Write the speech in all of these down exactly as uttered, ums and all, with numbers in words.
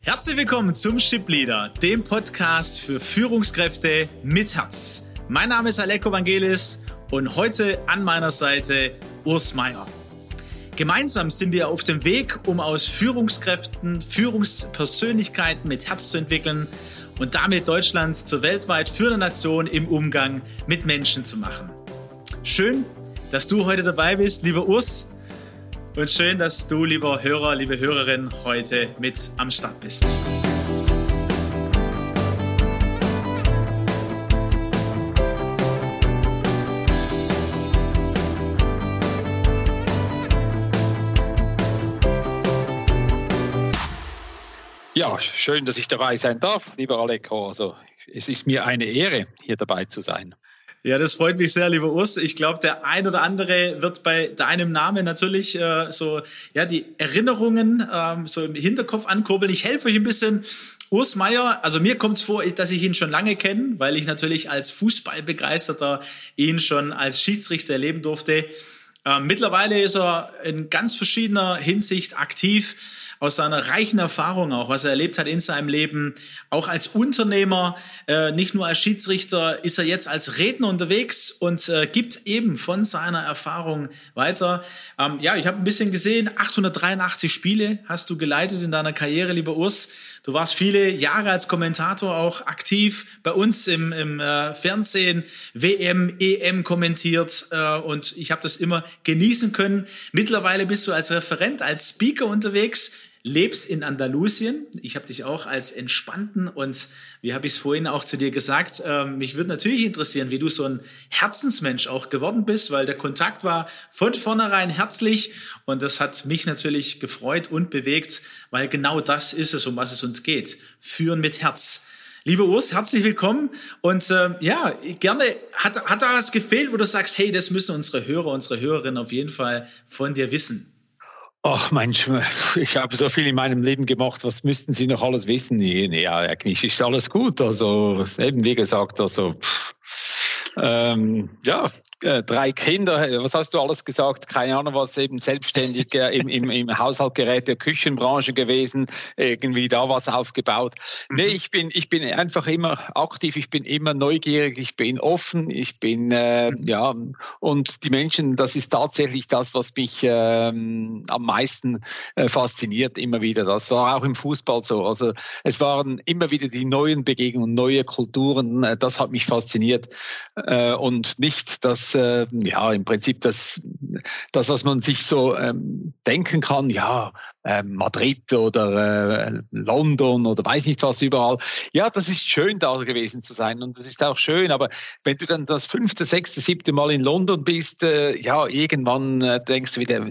Herzlich willkommen zum Ship Leader, dem Podcast für Führungskräfte mit Herz. Mein Name ist Aleko Vangelis und heute an meiner Seite Urs Meier. Gemeinsam sind wir auf dem Weg, um aus Führungskräften Führungspersönlichkeiten mit Herz zu entwickeln und damit Deutschland zur weltweit führenden Nation im Umgang mit Menschen zu machen. Schön, dass du heute dabei bist, lieber Urs. Und schön, dass du, lieber Hörer, liebe Hörerin, heute mit am Start bist. Ja, schön, dass ich dabei sein darf, lieber Aleko. Also, es ist mir eine Ehre, hier dabei zu sein. Ja, das freut mich sehr, lieber Urs. Ich glaube, der ein oder andere wird bei deinem Namen natürlich äh, so ja die Erinnerungen ähm, so im Hinterkopf ankurbeln. Ich helfe euch ein bisschen. Urs Meier, also mir kommt es vor, dass ich ihn schon lange kenne, weil ich natürlich als Fußballbegeisterter ihn schon als Schiedsrichter erleben durfte. Ähm, mittlerweile ist er in ganz verschiedener Hinsicht aktiv. Aus seiner reichen Erfahrung auch, was er erlebt hat in seinem Leben, auch als Unternehmer, äh, nicht nur als Schiedsrichter, ist er jetzt als Redner unterwegs und äh, gibt eben von seiner Erfahrung weiter. Ähm, ja, ich habe ein bisschen gesehen, achthundertdreiundachtzig Spiele hast du geleitet in deiner Karriere, lieber Urs. Du warst viele Jahre als Kommentator auch aktiv bei uns im, im äh, Fernsehen, W M, E M kommentiert äh, und ich habe das immer genießen können. Mittlerweile bist du als Referent, als Speaker unterwegs, lebst in Andalusien. Ich habe dich auch als entspannten und, wie habe ich es vorhin auch zu dir gesagt, äh, mich würde natürlich interessieren, wie du so ein Herzensmensch auch geworden bist, weil der Kontakt war von vornherein herzlich und das hat mich natürlich gefreut und bewegt, weil genau das ist es, um was es uns geht. Führen mit Herz. Lieber Urs, herzlich willkommen und äh, ja, gerne, hat, hat da was gefehlt, wo du sagst, hey, das müssen unsere Hörer, unsere Hörerinnen auf jeden Fall von dir wissen? Ach Mensch, ich habe so viel in meinem Leben gemacht, was müssten Sie noch alles wissen? Ja, eigentlich ist alles gut. Also eben wie gesagt, also pff, ähm, ja, äh, drei Kinder, was hast du alles gesagt? Keine Ahnung, was eben selbstständig äh, im, im, im Haushaltsgerät der Küchenbranche gewesen, irgendwie da was aufgebaut. Mhm. Nee, ich bin, ich bin einfach immer aktiv, ich bin immer neugierig, ich bin offen, ich bin, äh, mhm. ja, und die Menschen, das ist tatsächlich das, was mich ähm, am meisten äh, fasziniert, immer wieder. Das war auch im Fußball so. Also es waren immer wieder die neuen Begegnungen, neue Kulturen, äh, das hat mich fasziniert. Äh, und nicht das, äh, ja, im Prinzip das, das, was man sich so ähm, denken kann, ja, äh, Madrid oder äh, London oder weiß nicht was überall. Ja, das ist schön, da gewesen zu sein und das ist auch schön, aber wenn du dann das fünfte, sechste, siebte Mal in London bist, äh, ja, irgendwann äh, denkst du wieder,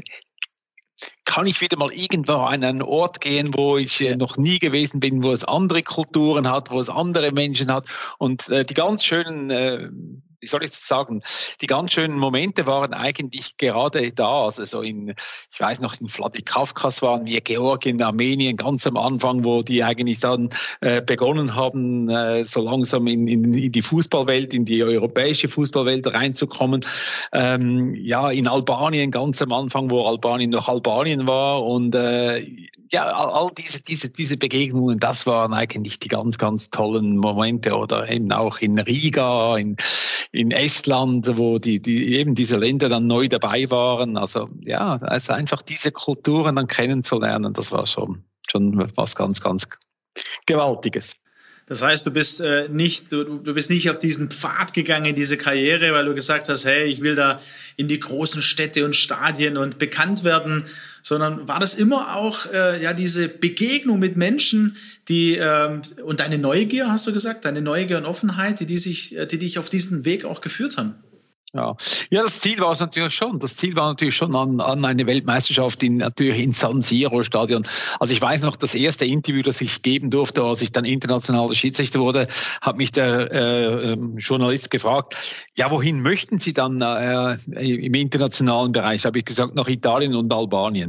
kann ich wieder mal irgendwo an einen Ort gehen, wo ich äh, noch nie gewesen bin, wo es andere Kulturen hat, wo es andere Menschen hat und äh, die ganz schönen, äh, wie soll ich das sagen, die ganz schönen Momente waren eigentlich gerade da, also so in, ich weiß noch, in Vladikavkaz waren wir, Georgien, Armenien, ganz am Anfang, wo die eigentlich dann äh, begonnen haben, äh, so langsam in, in, in die Fußballwelt, in die europäische Fußballwelt reinzukommen. Ähm, ja, in Albanien ganz am Anfang, wo Albanien noch Albanien war und äh, ja, all, all diese, diese, diese Begegnungen, das waren eigentlich die ganz, ganz tollen Momente oder eben auch in Riga, in in Estland, wo die, die eben diese Länder dann neu dabei waren. Also ja, also einfach diese Kulturen dann kennenzulernen, das war schon, schon was ganz, ganz Gewaltiges. Das heißt, du bist äh, nicht, du, du bist nicht auf diesen Pfad gegangen in diese Karriere, weil du gesagt hast, hey, ich will da in die großen Städte und Stadien und bekannt werden, sondern war das immer auch äh, ja diese Begegnung mit Menschen, die ähm, und deine Neugier, hast du gesagt, deine Neugier und Offenheit, die, die sich, die dich auf diesen Weg auch geführt haben? Ja, ja, das Ziel war es natürlich schon. Das Ziel war natürlich schon an, an eine Weltmeisterschaft in, natürlich in San Siro Stadion. Also ich weiß noch, das erste Interview, das ich geben durfte, als ich dann internationaler Schiedsrichter wurde, hat mich der äh, Journalist gefragt, ja, wohin möchten Sie dann äh, im internationalen Bereich? Da habe ich gesagt, nach Italien und Albanien.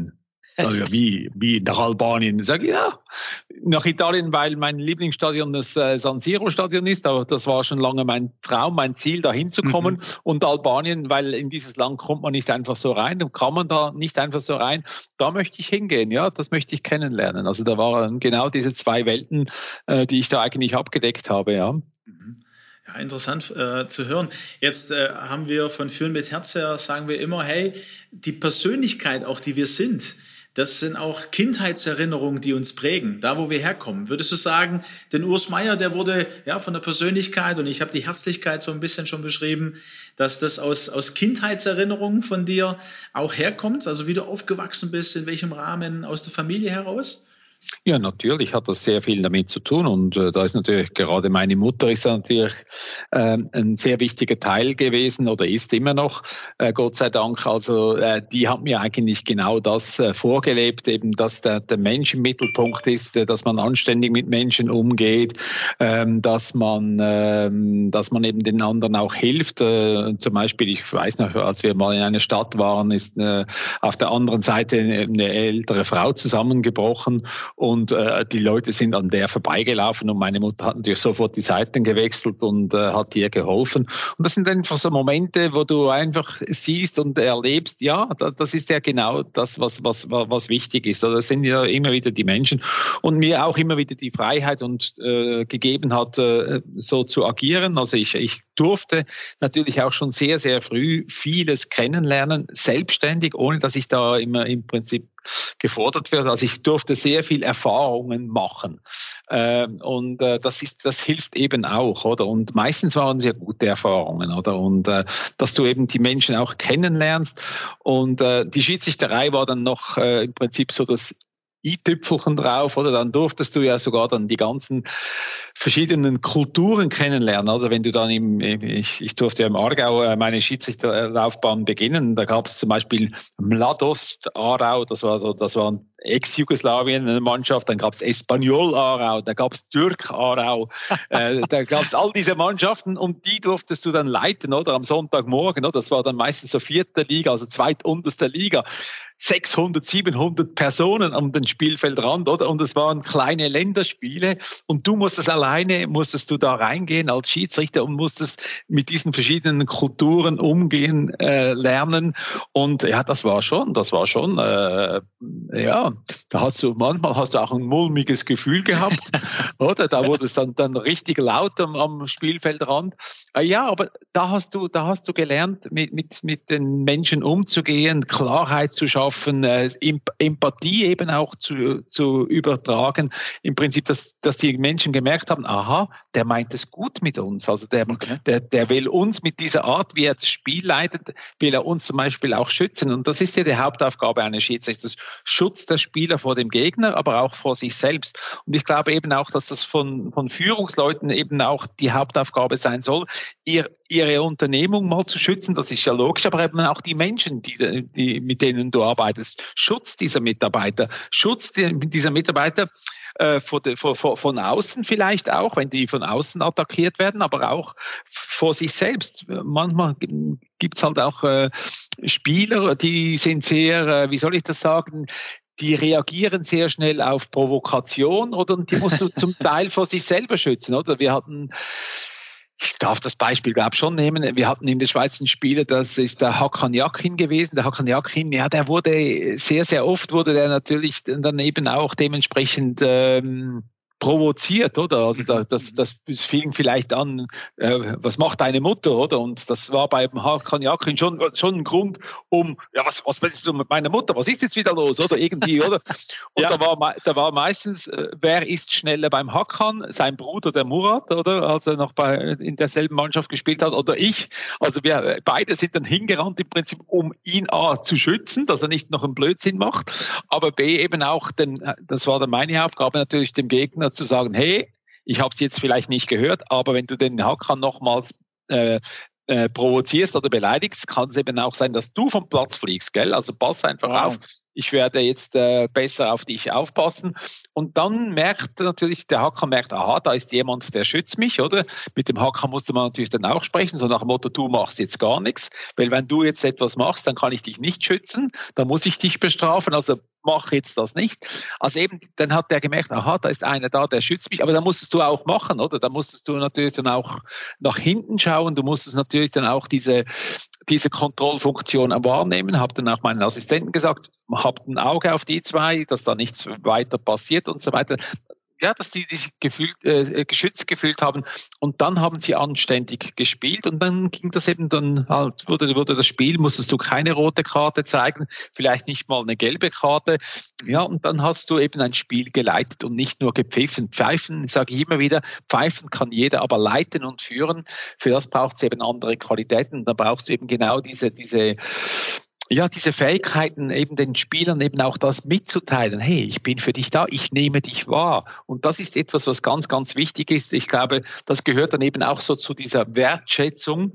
Also wie, wie nach Albanien. Ich sage, ja, nach Italien, weil mein Lieblingsstadion das äh, San Siro-Stadion ist. Aber das war schon lange mein Traum, mein Ziel, da hinzukommen. Mhm. Und Albanien, weil in dieses Land kommt man nicht einfach so rein, und kann man da nicht einfach so rein. Da möchte ich hingehen, ja, das möchte ich kennenlernen. Also da waren genau diese zwei Welten, äh, die ich da eigentlich abgedeckt habe, ja. Mhm. Ja, interessant äh, zu hören. Jetzt äh, haben wir von Führen mit Herz her, sagen wir immer, hey, die Persönlichkeit, auch die wir sind, das sind auch Kindheitserinnerungen, die uns prägen, da wo wir herkommen. Würdest du sagen, den Urs Meier, der wurde ja von der Persönlichkeit, und ich habe die Herzlichkeit so ein bisschen schon beschrieben, dass das aus, aus Kindheitserinnerungen von dir auch herkommt, also wie du aufgewachsen bist, in welchem Rahmen, aus der Familie heraus? Ja, natürlich hat das sehr viel damit zu tun, und äh, da ist natürlich gerade meine Mutter ist natürlich äh, ein sehr wichtiger Teil gewesen oder ist immer noch, äh, Gott sei Dank. Also äh, die hat mir eigentlich genau das äh, vorgelebt, eben dass der, der Mensch im Mittelpunkt ist, äh, dass man anständig mit Menschen umgeht, äh, dass man, äh, dass man eben den anderen auch hilft. Äh, zum Beispiel, ich weiß noch, als wir mal in einer Stadt waren, ist äh, auf der anderen Seite eine ältere Frau zusammengebrochen. Und äh, die Leute sind an der vorbeigelaufen, und meine Mutter hat natürlich sofort die Seiten gewechselt und äh, hat ihr geholfen. Und das sind einfach so Momente, wo du einfach siehst und erlebst, ja, da, das ist ja genau das, was, was, was wichtig ist. Also das sind ja immer wieder die Menschen, und mir auch immer wieder die Freiheit und äh, gegeben hat, äh, so zu agieren. Also ich, ich durfte natürlich auch schon sehr, sehr früh vieles kennenlernen, selbstständig, ohne dass ich da immer im Prinzip gefordert werde. Also ich durfte sehr viel Erfahrungen machen. Ähm, und äh, das ist, das hilft eben auch, oder? Und meistens waren sehr gute Erfahrungen, oder? Und äh, dass du eben die Menschen auch kennenlernst. Und äh, die Schiedsrichterei war dann noch äh, im Prinzip so das i-Tüpfelchen drauf, oder? Dann durftest du ja sogar dann die ganzen verschiedenen Kulturen kennenlernen, oder? Wenn du dann im, ich, ich durfte ja im Aargau meine Schiedsrichterlaufbahn beginnen, da gab es zum Beispiel Mladost Aarau, das war so, das war Ex-Jugoslawien eine Mannschaft, dann gab es Espanyol Aarau, da gab es Türk Aarau, äh, da gab es all diese Mannschaften, und die durftest du dann leiten, oder? Am Sonntagmorgen, oder? Das war dann meistens so vierte Liga, also zweitunterste Liga. sechshundert, siebenhundert Personen am den Spielfeldrand, oder? Und es waren kleine Länderspiele, und du musstest alleine, musstest du da reingehen als Schiedsrichter und musstest mit diesen verschiedenen Kulturen umgehen äh, lernen. Und ja, das war schon, das war schon, äh, ja, da hast du, manchmal hast du auch ein mulmiges Gefühl gehabt, oder? Da wurde es dann, dann richtig laut am, am Spielfeldrand. Äh, ja, aber da hast du, da hast du gelernt, mit, mit, mit den Menschen umzugehen, Klarheit zu schaffen, äh, Empathie eben auch zu, zu übertragen. Im Prinzip, dass, dass die Menschen gemerkt haben, aha, der meint es gut mit uns. Also der, okay. der, der will uns mit dieser Art, wie er das Spiel leitet, will er uns zum Beispiel auch schützen. Und das ist ja die Hauptaufgabe eines Schiedsrichters. Schutz der Spieler vor dem Gegner, aber auch vor sich selbst. Und ich glaube eben auch, dass das von, von Führungsleuten eben auch die Hauptaufgabe sein soll, ihr, ihre Unternehmung mal zu schützen. Das ist ja logisch, aber eben auch die Menschen, die, die, mit denen du arbeitest. Schutz dieser Mitarbeiter, Schutz dieser Mitarbeiter äh, von, von, von außen vielleicht auch, wenn die von außen attackiert werden, aber auch vor sich selbst. Manchmal gibt es halt auch äh, Spieler, die sind sehr, äh, wie soll ich das sagen, die reagieren sehr schnell auf Provokation, oder? Und die musst du zum Teil vor sich selber schützen, oder? Wir hatten, ich darf das Beispiel, glaube ich, schon nehmen. Wir hatten in der Schweiz einen Spieler, das ist der Hakan Yakin gewesen. Der Hakan Yakin, ja, der wurde sehr, sehr oft, wurde der natürlich dann eben auch dementsprechend ähm, provoziert, oder? Also da, das, das fing vielleicht an, äh, was macht deine Mutter, oder? Und das war beim Hakan Yakin schon, schon ein Grund, um, ja, was, was willst du mit meiner Mutter? Was ist jetzt wieder los, oder? Irgendwie, oder? Und ja. da, war, da war meistens, äh, wer ist schneller beim Hakan? Sein Bruder, der Murat, oder? Als er noch bei, in derselben Mannschaft gespielt hat, oder ich. Also wir beide sind dann hingerannt im Prinzip, um ihn A zu schützen, dass er nicht noch einen Blödsinn macht, aber B eben auch, den, das war dann meine Aufgabe natürlich, dem Gegner zu sagen, hey, ich habe es jetzt vielleicht nicht gehört, aber wenn du den Hakan nochmals äh, äh, provozierst oder beleidigst, kann es eben auch sein, dass du vom Platz fliegst, gell? Also pass einfach wow. auf. Ich werde jetzt äh, besser auf dich aufpassen. Und dann merkt natürlich, der Hakan merkt, aha, da ist jemand, der schützt mich, oder? Mit dem Hakan musste man natürlich dann auch sprechen, so nach dem Motto, du machst jetzt gar nichts, weil wenn du jetzt etwas machst, dann kann ich dich nicht schützen, dann muss ich dich bestrafen. Also mach jetzt das nicht. Also eben, dann hat der gemerkt, aha, da ist einer da, der schützt mich, aber da musstest du auch machen, oder? Da musstest du natürlich dann auch nach hinten schauen, du musstest natürlich dann auch diese, diese Kontrollfunktion wahrnehmen, habe dann auch meinen Assistenten gesagt, habt ein Auge auf die zwei, dass da nichts weiter passiert und so weiter. Ja, dass die, die sich gefühlt, äh, geschützt gefühlt haben, und dann haben sie anständig gespielt, und dann ging das eben dann halt, wurde, wurde das Spiel, musstest du keine rote Karte zeigen, vielleicht nicht mal eine gelbe Karte, ja, und dann hast du eben ein Spiel geleitet und nicht nur gepfiffen. Pfeifen, sage ich immer wieder, pfeifen kann jeder, aber leiten und führen, für das braucht es eben andere Qualitäten, da brauchst du eben genau diese, diese Ja, diese Fähigkeiten, eben den Spielern eben auch das mitzuteilen. Hey, ich bin für dich da, ich nehme dich wahr. Und das ist etwas, was ganz, ganz wichtig ist. Ich glaube, das gehört dann eben auch so zu dieser Wertschätzung.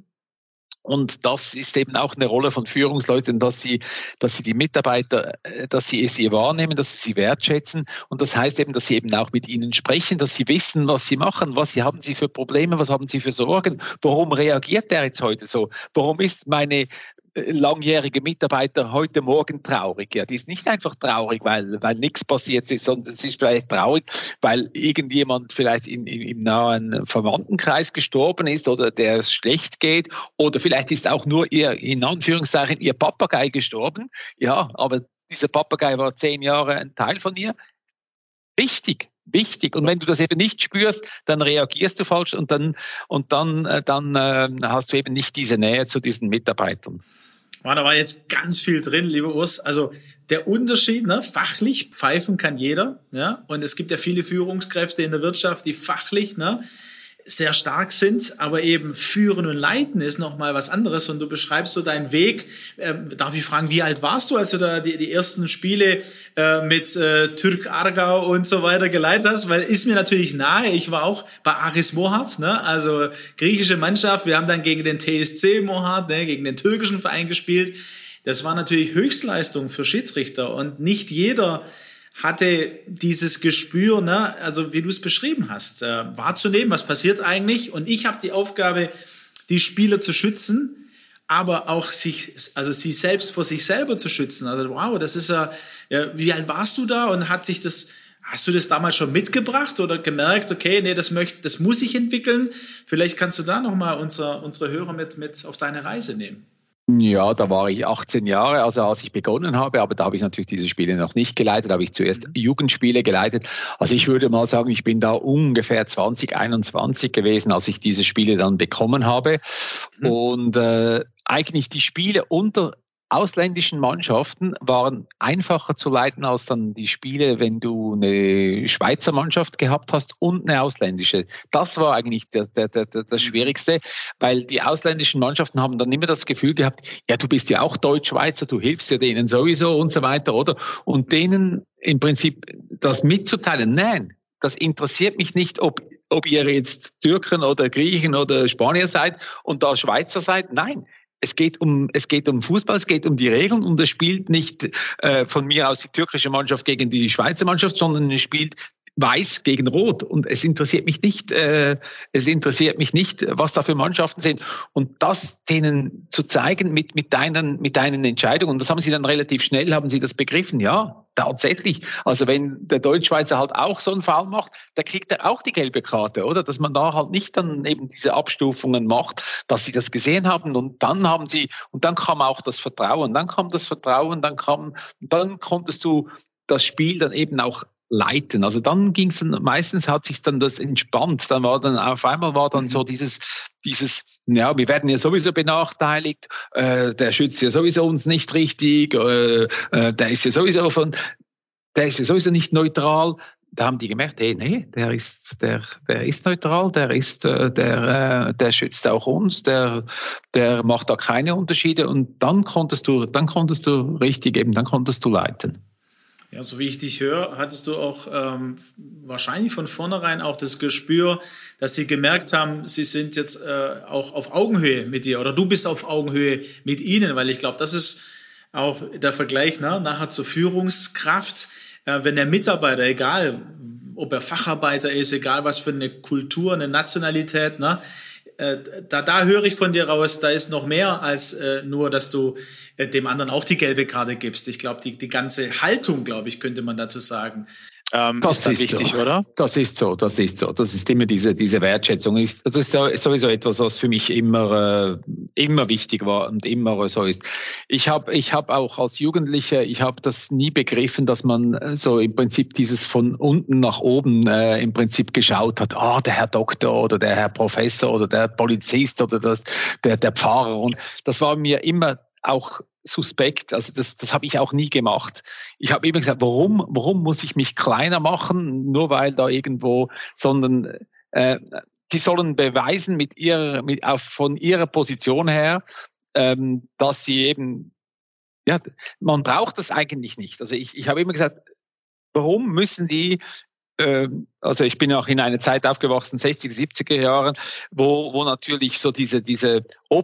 Und das ist eben auch eine Rolle von Führungsleuten, dass sie, dass sie die Mitarbeiter, dass sie sie wahrnehmen, dass sie sie wertschätzen. Und das heißt eben, dass sie eben auch mit ihnen sprechen, dass sie wissen, was sie machen, was sie haben sie für Probleme, was haben sie für Sorgen, warum reagiert der jetzt heute so, warum ist meine langjährige Mitarbeiter heute Morgen traurig. Ja, die ist nicht einfach traurig, weil, weil nichts passiert ist, sondern sie ist vielleicht traurig, weil irgendjemand vielleicht in, in, im nahen Verwandtenkreis gestorben ist oder der es schlecht geht, oder vielleicht ist auch nur ihr, in Anführungszeichen, ihr Papagei gestorben. Ja, aber dieser Papagei war zehn Jahre ein Teil von ihr. Wichtig. Wichtig. Und wenn du das eben nicht spürst, dann reagierst du falsch, und dann, und dann, dann äh, hast du eben nicht diese Nähe zu diesen Mitarbeitern. Ja, da war jetzt ganz viel drin, liebe Urs. Also der Unterschied, ne, fachlich, pfeifen kann jeder, ja, und es gibt ja viele Führungskräfte in der Wirtschaft, die fachlich, ne, sehr stark sind, aber eben führen und leiten ist nochmal was anderes, und du beschreibst so deinen Weg. Ähm, darf ich fragen, wie alt warst du, als du da die, die ersten Spiele äh, mit äh, Türk Aargau und so weiter geleitet hast? Weil ist mir natürlich nahe, ich war auch bei Aris Mohat, ne? Also griechische Mannschaft, wir haben dann gegen den T S C Mohat, ne, gegen den türkischen Verein gespielt. Das war natürlich Höchstleistung für Schiedsrichter, und nicht jeder hatte dieses Gespür, ne, also wie du es beschrieben hast, äh, wahrzunehmen, was passiert eigentlich. Und ich habe die Aufgabe, die Spieler zu schützen, aber auch sich, also sie selbst vor sich selber zu schützen. Also wow, das ist ja, ja, wie alt warst du da, und hat sich das, hast du das damals schon mitgebracht oder gemerkt, okay, nee, das möchte, das muss ich entwickeln? Vielleicht kannst du da nochmal unsere, unsere Hörer mit, mit auf deine Reise nehmen. Ja, da war ich achtzehn Jahre, also als ich begonnen habe, aber da habe ich natürlich diese Spiele noch nicht geleitet, da habe ich zuerst Jugendspiele geleitet. Also ich würde mal sagen, ich bin da ungefähr zwanzig, einundzwanzig gewesen, als ich diese Spiele dann bekommen habe. Mhm. Und äh, eigentlich die Spiele unter ausländischen Mannschaften waren einfacher zu leiten als dann die Spiele, wenn du eine Schweizer Mannschaft gehabt hast und eine ausländische. Das war eigentlich der, der, der, das Schwierigste, weil die ausländischen Mannschaften haben dann immer das Gefühl gehabt, ja, du bist ja auch Deutsch-Schweizer, du hilfst ja denen sowieso und so weiter, oder? Und denen im Prinzip das mitzuteilen, nein, das interessiert mich nicht, ob, ob ihr jetzt Türken oder Griechen oder Spanier seid und da Schweizer seid, nein. Es geht um, es geht um Fußball, es geht um die Regeln, und es spielt nicht äh, von mir aus die türkische Mannschaft gegen die Schweizer Mannschaft, sondern es spielt Weiß gegen Rot, und es interessiert mich nicht, äh, es interessiert mich nicht, was da für Mannschaften sind, und das denen zu zeigen mit mit deinen mit deinen Entscheidungen, und das haben sie dann relativ schnell, haben sie das begriffen, ja, tatsächlich. Also wenn der Deutschschweizer halt auch so einen Fall macht, da kriegt er auch die gelbe Karte, oder? Dass man da halt nicht dann eben diese Abstufungen macht, dass sie das gesehen haben, und dann haben sie, und dann kam auch das Vertrauen, dann kam das Vertrauen, dann kam, dann konntest du das Spiel dann eben auch leiten. Also dann ging es dann, meistens hat sich dann das entspannt. Dann war dann auf einmal war dann so dieses, dieses, ja, wir werden ja sowieso benachteiligt, äh, der schützt ja sowieso uns nicht richtig, äh, äh, der ist ja sowieso von, der ist ja sowieso nicht neutral. Da haben die gemerkt, hey, nee, der ist, der, der ist neutral, der ist, äh, der, äh, der schützt auch uns, der, der macht da keine Unterschiede, und dann konntest du, dann konntest du richtig eben, dann konntest du leiten. Ja, so wie ich dich höre, hattest du auch ähm, wahrscheinlich von vornherein auch das Gespür, dass sie gemerkt haben, sie sind jetzt äh, auch auf Augenhöhe mit dir, oder du bist auf Augenhöhe mit ihnen, weil ich glaube, das ist auch der Vergleich, ne, nachher zur Führungskraft, äh, wenn der Mitarbeiter, egal ob er Facharbeiter ist, egal was für eine Kultur, eine Nationalität, ne, äh, da, da höre ich von dir raus, da ist noch mehr als äh, nur, dass du äh, dem anderen auch die gelbe Karte gibst. Ich glaube, die, die ganze Haltung, glaube ich, könnte man dazu sagen. Ähm, das ist, ist wichtig, so. Oder? Das ist so, das ist so. Das ist immer diese, diese Wertschätzung. Ich, das ist sowieso etwas, was für mich immer, äh, immer wichtig war und immer so ist. Ich habe ich hab auch als Jugendlicher, ich habe das nie begriffen, dass man so im Prinzip dieses von unten nach oben äh, im Prinzip geschaut hat. Ah, der Herr Doktor oder der Herr Professor oder der Polizist oder das, der, der Pfarrer. Und das war mir immer auch suspekt, also das, das habe ich auch nie gemacht. Ich habe immer gesagt, warum, warum muss ich mich kleiner machen, nur weil da irgendwo, sondern äh, die sollen beweisen mit ihrer, mit, auf, von ihrer Position her, ähm, dass sie eben, ja, man braucht das eigentlich nicht. Also ich, ich habe immer gesagt, warum müssen die also ich bin auch in einer Zeit aufgewachsen, sechziger, siebziger Jahren, wo, wo natürlich so diese, diese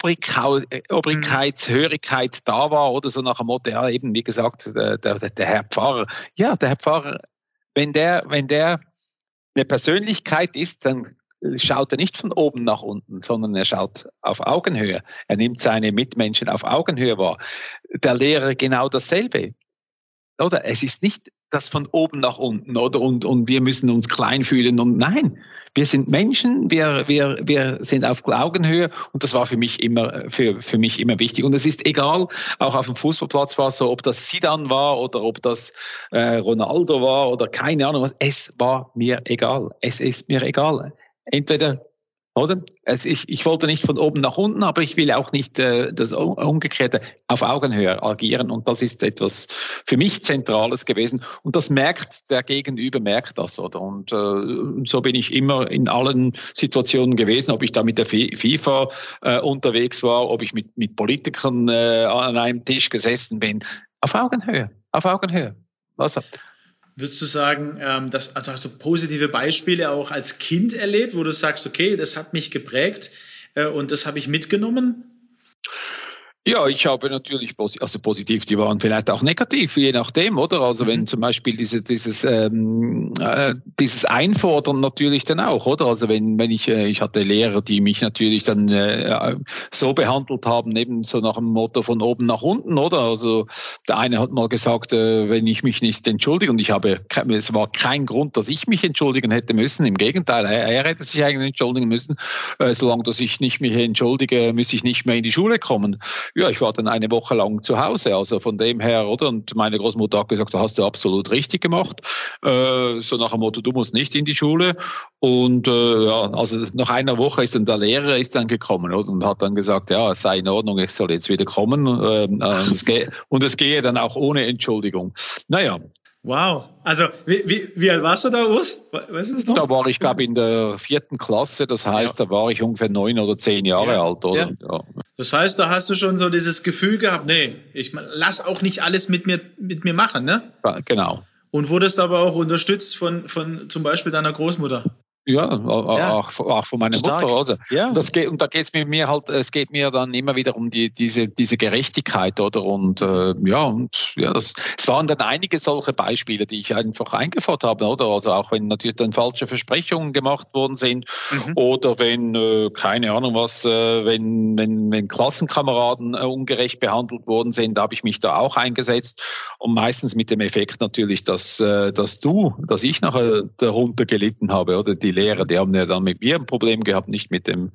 Obrigkeitshörigkeit da war oder so nach dem Motto, ja eben, wie gesagt, der, der, der Herr Pfarrer. Ja, der Herr Pfarrer, wenn der, wenn der eine Persönlichkeit ist, dann schaut er nicht von oben nach unten, sondern er schaut auf Augenhöhe. Er nimmt seine Mitmenschen auf Augenhöhe wahr. Der Lehrer genau dasselbe. Oder? Es ist nicht das von oben nach unten, oder? Und, und wir müssen uns klein fühlen. Und nein, wir sind Menschen, wir, wir, wir sind auf Augenhöhe. Und das war für mich immer, für, für mich immer wichtig. Und es ist egal, auch auf dem Fußballplatz war es so, ob das Zidane war oder ob das äh, Ronaldo war oder keine Ahnung was. Es war mir egal. Es ist mir egal. Entweder Oder? Also ich, ich wollte nicht von oben nach unten, aber ich will auch nicht äh, das Umgekehrte auf Augenhöhe agieren. Und das ist etwas für mich Zentrales gewesen. Und das merkt der Gegenüber, merkt das, oder? Und äh, so bin ich immer in allen Situationen gewesen, ob ich da mit der FIFA äh, unterwegs war, ob ich mit, mit Politikern äh, an einem Tisch gesessen bin. Auf Augenhöhe, auf Augenhöhe. Was? Würdest du sagen, ähm, dass, also hast du positive Beispiele auch als Kind erlebt, wo du sagst, okay, das hat mich geprägt äh, und das habe ich mitgenommen? Ja, ich habe natürlich, also positiv, die waren vielleicht auch negativ, je nachdem, oder? Also wenn zum Beispiel diese, dieses, ähm, äh, dieses Einfordern natürlich dann auch, oder? Also wenn, wenn ich, äh, ich hatte Lehrer, die mich natürlich dann äh, so behandelt haben, eben so nach dem Motto von oben nach unten, oder? Also der eine hat mal gesagt, äh, wenn ich mich nicht entschuldige, und ich habe, es war kein Grund, dass ich mich entschuldigen hätte müssen, im Gegenteil, er, er hätte sich eigentlich entschuldigen müssen, äh, solange dass ich nicht mich entschuldige, muss ich nicht mehr in die Schule kommen. Ja, ich war dann eine Woche lang zu Hause, also von dem her, oder? Und meine Großmutter hat gesagt, da hast du absolut richtig gemacht. Äh, so nach dem Motto, du musst nicht in die Schule. Und äh, ja, also nach einer Woche ist dann der Lehrer ist dann gekommen, oder? Und hat dann gesagt, ja, es sei in Ordnung, ich soll jetzt wieder kommen. Äh, und, es gehe, und es gehe dann auch ohne Entschuldigung. Naja. Wow. Also, wie, wie, wie alt warst du da, Urs? Weißt du das noch? Da war ich, glaube ich, in der vierten Klasse. Das heißt, ja. Da war ich ungefähr neun oder zehn Jahre ja. alt, oder? Ja. Ja. Das heißt, da hast du schon so dieses Gefühl gehabt, nee, ich lass auch nicht alles mit mir, mit mir machen, ne? Ja, genau. Und wurdest aber auch unterstützt von, von zum Beispiel deiner Großmutter. Ja, ja. Auch, auch von meiner Stark. Mutter. Also. Ja. Und, das geht, und da geht es mir halt, es geht mir dann immer wieder um die, diese, diese Gerechtigkeit, oder? Und äh, ja, und ja, das, es waren dann einige solche Beispiele, die ich einfach eingefordert habe, oder? Also auch wenn natürlich dann falsche Versprechungen gemacht worden sind, mhm. oder wenn, äh, keine Ahnung was, äh, wenn, wenn, wenn Klassenkameraden äh, ungerecht behandelt worden sind, da habe ich mich da auch eingesetzt. Und meistens mit dem Effekt natürlich, dass, äh, dass du, dass ich nachher darunter gelitten habe, oder? Die Lehrer, die haben ja dann mit mir ein Problem gehabt, nicht mit dem,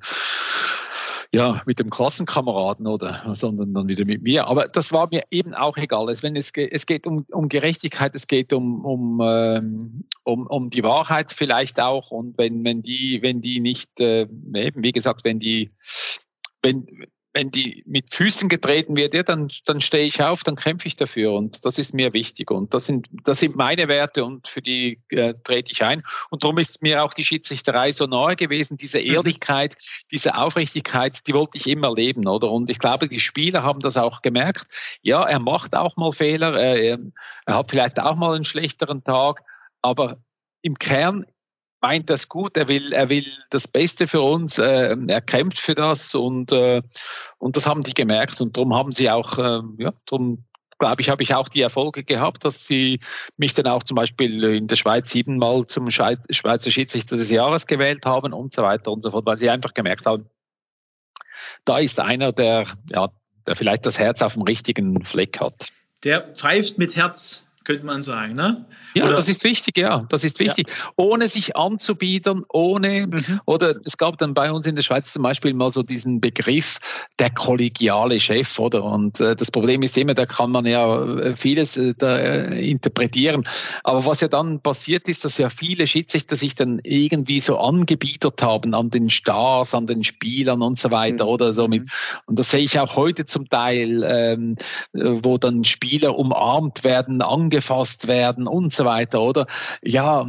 ja, mit dem Klassenkameraden, oder, sondern dann wieder mit mir. Aber das war mir eben auch egal. Es, wenn es, es geht um, um Gerechtigkeit, es geht um, um, ähm, um, um die Wahrheit vielleicht auch. Und wenn, wenn die, wenn die nicht, äh, eben, wie gesagt, wenn die, wenn, wenn die mit Füßen getreten wird, ja, dann, dann stehe ich auf, dann kämpfe ich dafür, und das ist mir wichtig, und das sind, das sind meine Werte, und für die äh, trete ich ein, und darum ist mir auch die Schiedsrichterei so nahe gewesen, diese Ehrlichkeit, diese Aufrichtigkeit, die wollte ich immer leben, oder? Und ich glaube, die Spieler haben das auch gemerkt. Ja, er macht auch mal Fehler, er, er hat vielleicht auch mal einen schlechteren Tag, aber im Kern meint das gut, er will, er will das Beste für uns, äh, er kämpft für das, und, äh, und das haben die gemerkt, und darum haben sie auch, äh, ja, darum glaube ich, habe ich auch die Erfolge gehabt, dass sie mich dann auch zum Beispiel in der Schweiz siebenmal zum Schweizer Schiedsrichter des Jahres gewählt haben und so weiter und so fort, weil sie einfach gemerkt haben, da ist einer, der, ja, der vielleicht das Herz auf dem richtigen Fleck hat. Der pfeift mit Herz, könnte man sagen, ne? Ja, oder? das ist wichtig, ja, das ist wichtig. Ja. Ohne sich anzubiedern, ohne, mhm. oder es gab dann bei uns in der Schweiz zum Beispiel mal so diesen Begriff, der kollegiale Chef, oder? Und äh, das Problem ist immer, da kann man ja vieles äh, da, äh, interpretieren. Aber was ja dann passiert ist, dass ja viele Schiedsrichter sich dann irgendwie so angebiedert haben an den Stars, an den Spielern und so weiter, mhm. oder so mit. Und das sehe ich auch heute zum Teil, ähm, wo dann Spieler umarmt werden, angefasst werden und so weiter, oder? Ja,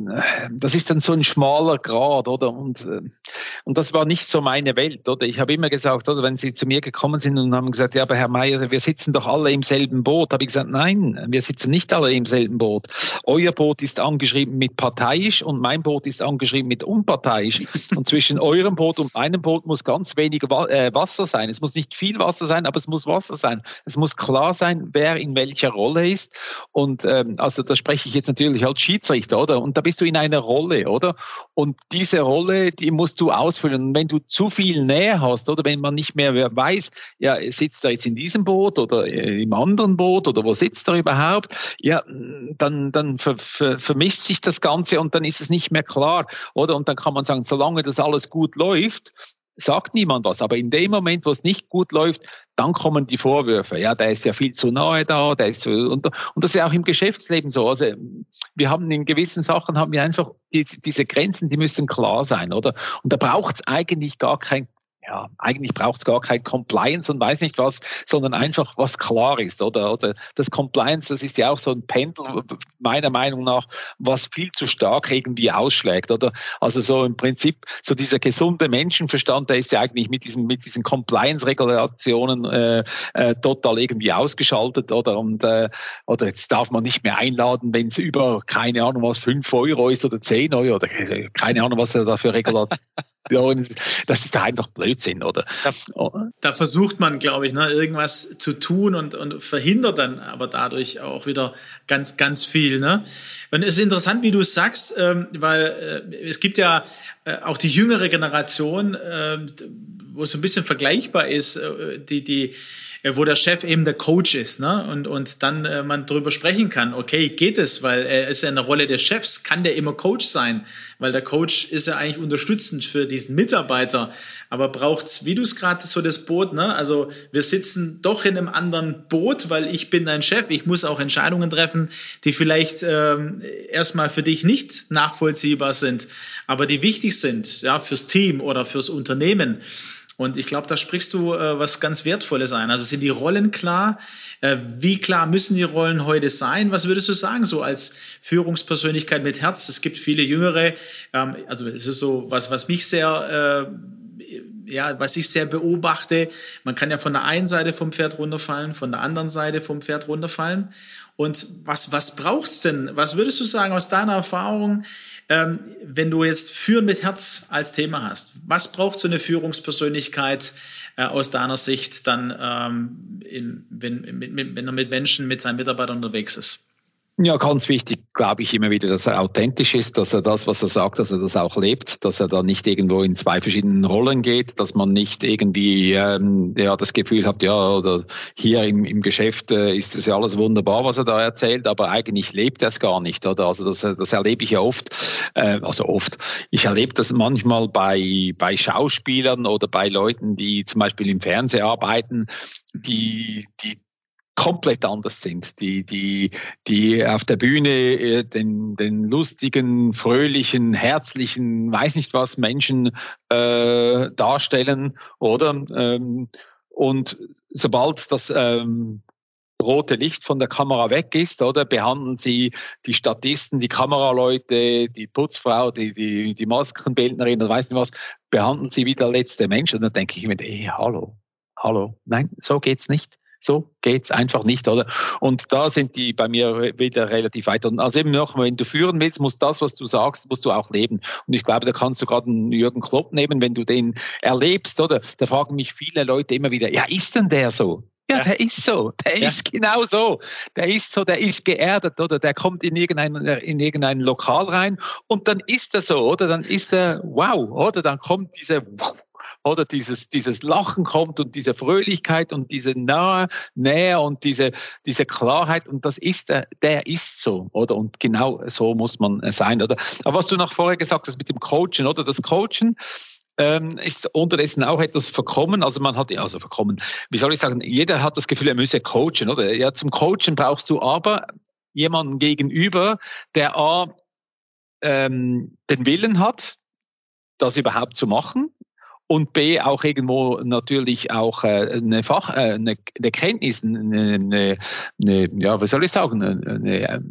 das ist dann so ein schmaler Grat, oder? Und, und das war nicht so meine Welt, oder? Ich habe immer gesagt, oder, wenn Sie zu mir gekommen sind und haben gesagt, ja, aber Herr Meier, wir sitzen doch alle im selben Boot, habe ich gesagt, nein, wir sitzen nicht alle im selben Boot. Euer Boot ist angeschrieben mit parteiisch und mein Boot ist angeschrieben mit unparteiisch. Und zwischen eurem Boot und meinem Boot muss ganz wenig Wasser sein. Es muss nicht viel Wasser sein, aber es muss Wasser sein. Es muss klar sein, wer in welcher Rolle ist. Und ähm, also da spreche ich jetzt natürlich als Schiedsrichter, oder? Und da bist du in einer Rolle, oder? Und diese Rolle, die musst du ausfüllen. Und wenn du zu viel Nähe hast, oder wenn man nicht mehr weiß, ja, sitzt er jetzt in diesem Boot oder im anderen Boot oder wo sitzt er überhaupt? Ja, dann, dann ver, ver, vermischt sich das Ganze und dann ist es nicht mehr klar, oder? Und dann kann man sagen, solange das alles gut läuft, sagt niemand was. Aber in dem Moment, wo es nicht gut läuft, dann kommen die Vorwürfe. Ja, der ist ja viel zu nahe da, der ist so, und, und das ist ja auch im Geschäftsleben so. Also wir haben in gewissen Sachen haben wir einfach die, diese Grenzen, die müssen klar sein, oder? Und da braucht es eigentlich gar kein Ja, eigentlich braucht es gar kein Compliance und weiß nicht was, sondern einfach was klar ist, oder? Oder das Compliance, das ist ja auch so ein Pendel, meiner Meinung nach, was viel zu stark irgendwie ausschlägt, oder? Also so im Prinzip, so dieser gesunde Menschenverstand, der ist ja eigentlich mit diesen, mit diesen Compliance-Regulationen äh, äh, total irgendwie ausgeschaltet, oder? Und, äh, oder jetzt darf man nicht mehr einladen, wenn es über, keine Ahnung was, fünf Euro ist oder zehn Euro, oder keine Ahnung, was er da für Regulationen. Ja, das ist einfach Blödsinn, oder? Da, da versucht man, glaube ich, ne, irgendwas zu tun und, und verhindert dann aber dadurch auch wieder ganz, ganz viel. Ne? Und es ist interessant, wie du es sagst, ähm, weil äh, es gibt ja äh, auch die jüngere Generation, äh, wo es so ein bisschen vergleichbar ist, äh, die, die wo der Chef eben der Coach ist, ne? Und, und dann äh, man drüber sprechen kann, okay, geht es, weil er ist ja in der Rolle des Chefs, kann der immer Coach sein, weil der Coach ist ja eigentlich unterstützend für diesen Mitarbeiter, aber braucht's, wie du es gerade so das Boot, ne? Also wir sitzen doch in einem anderen Boot, weil ich bin dein Chef, ich muss auch Entscheidungen treffen, die vielleicht ähm, erstmal für dich nicht nachvollziehbar sind, aber die wichtig sind, ja, fürs Team oder fürs Unternehmen. Und ich glaube, da sprichst du äh, was ganz Wertvolles ein. Also sind die Rollen klar? Äh, wie klar müssen die Rollen heute sein? Was würdest du sagen, so als Führungspersönlichkeit mit Herz? Es gibt viele Jüngere, ähm, also es ist so was, was mich sehr, äh, ja, was ich sehr beobachte. Man kann ja von der einen Seite vom Pferd runterfallen, von der anderen Seite vom Pferd runterfallen. Und was, was braucht's denn? Was würdest du sagen aus deiner Erfahrung? Ähm, wenn du jetzt Führen mit Herz als Thema hast, was braucht so eine Führungspersönlichkeit äh, aus deiner Sicht dann, ähm, in, wenn, mit, mit, wenn er mit Menschen, mit seinen Mitarbeitern unterwegs ist? Ja, ganz wichtig, glaube ich, immer wieder, dass er authentisch ist, dass er das, was er sagt, dass er das auch lebt, dass er da nicht irgendwo in zwei verschiedenen Rollen geht, dass man nicht irgendwie ähm, ja das Gefühl hat, ja, oder hier im, im Geschäft äh, ist es ja alles wunderbar, was er da erzählt, aber eigentlich lebt er es gar nicht, oder? Also das, das erlebe ich ja oft, äh, also oft. Ich erlebe das manchmal bei bei Schauspielern oder bei Leuten, die zum Beispiel im Fernsehen arbeiten, die die komplett anders sind, die die die auf der Bühne den den lustigen, fröhlichen, herzlichen, weiß nicht was Menschen äh, darstellen, oder ähm, und sobald das ähm, rote Licht von der Kamera weg ist, oder behandeln sie die Statisten, die Kameraleute, die Putzfrau, die die die Maskenbildnerin, oder weiß nicht was, behandeln sie wie der letzte Mensch, und dann denke ich mir, ey, hallo, hallo, nein, so geht's nicht. So geht's einfach nicht, oder? Und da sind die bei mir wieder relativ weit. Und also eben noch, wenn du führen willst, muss das, was du sagst, musst du auch leben. Und ich glaube, da kannst du gerade einen Jürgen Klopp nehmen, wenn du den erlebst, oder? Da fragen mich viele Leute immer wieder, ja, ist denn der so? Ja, ja, der ist so, der ja. ist genau so. Der ist so, der ist geerdet, oder? Der kommt in irgendein, in irgendein Lokal rein und dann ist er so, oder? Dann ist er, wow, oder? Dann kommt diese oder dieses, dieses Lachen kommt und diese Fröhlichkeit und diese Nähe, Nähe und diese, diese Klarheit und das ist, der, der ist so, oder? Und genau so muss man sein, oder? Aber was du noch vorher gesagt hast mit dem Coachen, oder? Das Coachen, Ähm, ist unterdessen auch etwas verkommen. Also man hat, also verkommen, wie soll ich sagen, jeder hat das Gefühl, er müsse coachen, oder? Ja, zum Coachen brauchst du aber jemanden gegenüber, der A, ähm, den Willen hat, das überhaupt zu machen und B, auch irgendwo natürlich auch äh, eine Fach, äh, eine, eine Kenntnis, eine, eine, eine, ja, was soll ich sagen, eine, eine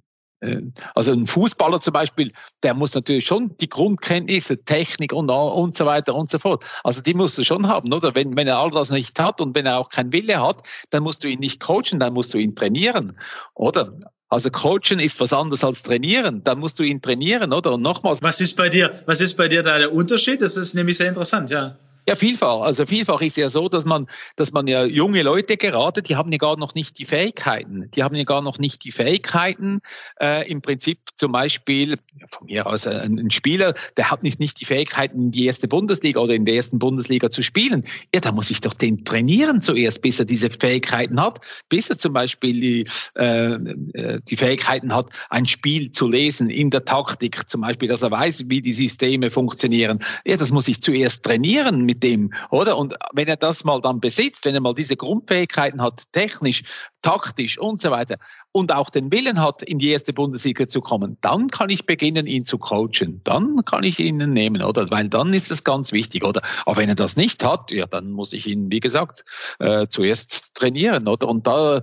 also ein Fußballer zum Beispiel, der muss natürlich schon die Grundkenntnisse, Technik und, und so weiter und so fort. Also die musst du schon haben, oder? Wenn, wenn er all das nicht hat und wenn er auch keinen Wille hat, dann musst du ihn nicht coachen, dann musst du ihn trainieren, oder? Also coachen ist was anderes als trainieren. Dann musst du ihn trainieren, oder? Und nochmals. Was ist bei dir, was ist bei dir da der Unterschied? Das ist nämlich sehr interessant, ja. Ja, vielfach. Also vielfach ist ja so, dass man, dass man ja junge Leute gerade, die haben ja gar noch nicht die Fähigkeiten. Die haben ja gar noch nicht die Fähigkeiten. Äh, Im Prinzip zum Beispiel von mir aus ein, ein Spieler, der hat nicht nicht die Fähigkeiten, in die erste Bundesliga oder in der ersten Bundesliga zu spielen. Ja, da muss ich doch den trainieren zuerst, bis er diese Fähigkeiten hat, bis er zum Beispiel die, äh, die Fähigkeiten hat, ein Spiel zu lesen in der Taktik, zum Beispiel, dass er weiß, wie die Systeme funktionieren. Ja, das muss ich zuerst trainieren mit dem, oder? Und wenn er das mal dann besitzt, wenn er mal diese Grundfähigkeiten hat, technisch, taktisch und so weiter und auch den Willen hat, in die erste Bundesliga zu kommen, dann kann ich beginnen, ihn zu coachen. Dann kann ich ihn nehmen, oder? Weil dann ist es ganz wichtig, oder? Aber wenn er das nicht hat, ja, dann muss ich ihn, wie gesagt, äh, zuerst trainieren, oder? Und da,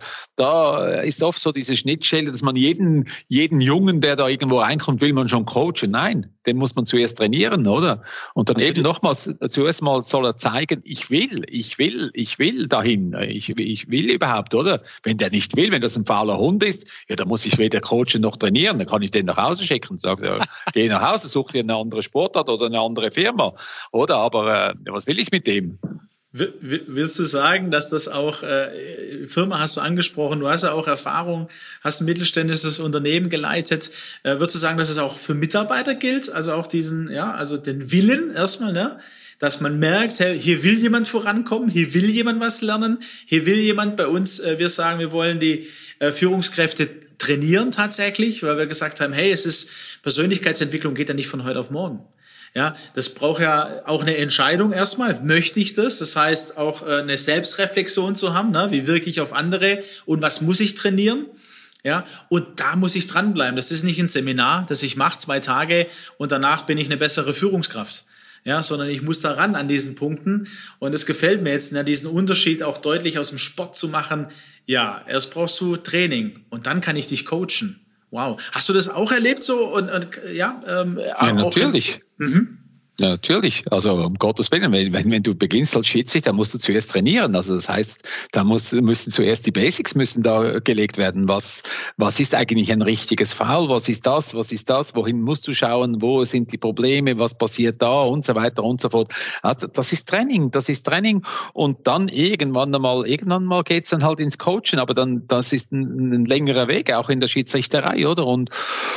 da ist oft so diese Schnittstelle, dass man jeden, jeden Jungen, der da irgendwo reinkommt, will man schon coachen. Nein, den muss man zuerst trainieren, oder? Und dann also eben nochmals, zuerst mal soll er zeigen, ich will, ich will, ich will dahin, ich, ich will überhaupt, oder? Wenn der nicht will, wenn das ein fauler Hund ist, ja, dann muss ich weder coachen noch trainieren, dann kann ich den nach Hause schicken und sagen, ja, geh nach Hause, such dir eine andere Sportart oder eine andere Firma, oder? Aber äh, was will ich mit dem? Willst du sagen, dass das auch, äh, Firma hast du angesprochen, du hast ja auch Erfahrung, hast ein mittelständisches Unternehmen geleitet, äh, würdest du sagen, dass es auch für Mitarbeiter gilt, also auch diesen, ja, also den Willen erstmal, ne? Dass man merkt, hey, hier will jemand vorankommen, hier will jemand was lernen, hier will jemand bei uns, äh, wir sagen, wir wollen die äh, Führungskräfte trainieren tatsächlich, weil wir gesagt haben, hey, es ist, Persönlichkeitsentwicklung geht ja nicht von heute auf morgen. Ja, das braucht ja auch eine Entscheidung erstmal. Möchte ich das? Das heißt auch äh, eine Selbstreflexion zu haben, ne? Wie wirke ich auf andere und was muss ich trainieren? Ja, und da muss ich dranbleiben. Das ist nicht ein Seminar, das ich mache, zwei Tage und danach bin ich eine bessere Führungskraft. Ja, sondern ich muss da ran an diesen Punkten. Und es gefällt mir jetzt, ne, diesen Unterschied auch deutlich aus dem Sport zu machen. Ja, erst brauchst du Training und dann kann ich dich coachen. Wow. Hast du das auch erlebt so? Und, und ja, ähm, ja, auch natürlich. Mhm. Ja, natürlich. Also um Gottes Willen, wenn, wenn, wenn du beginnst als Schiedsrichter, dann musst du zuerst trainieren. Also das heißt, da muss, müssen zuerst die Basics müssen da gelegt werden. Was, was ist eigentlich ein richtiges Foul? Was ist das? Was ist das? Wohin musst du schauen? Wo sind die Probleme? Was passiert da? Und so weiter und so fort. Also das ist Training, das ist Training. Und dann irgendwann einmal, irgendwann mal geht's dann halt ins Coachen. Aber dann, das ist ein, ein längerer Weg, auch in der Schiedsrichterei, oder? Und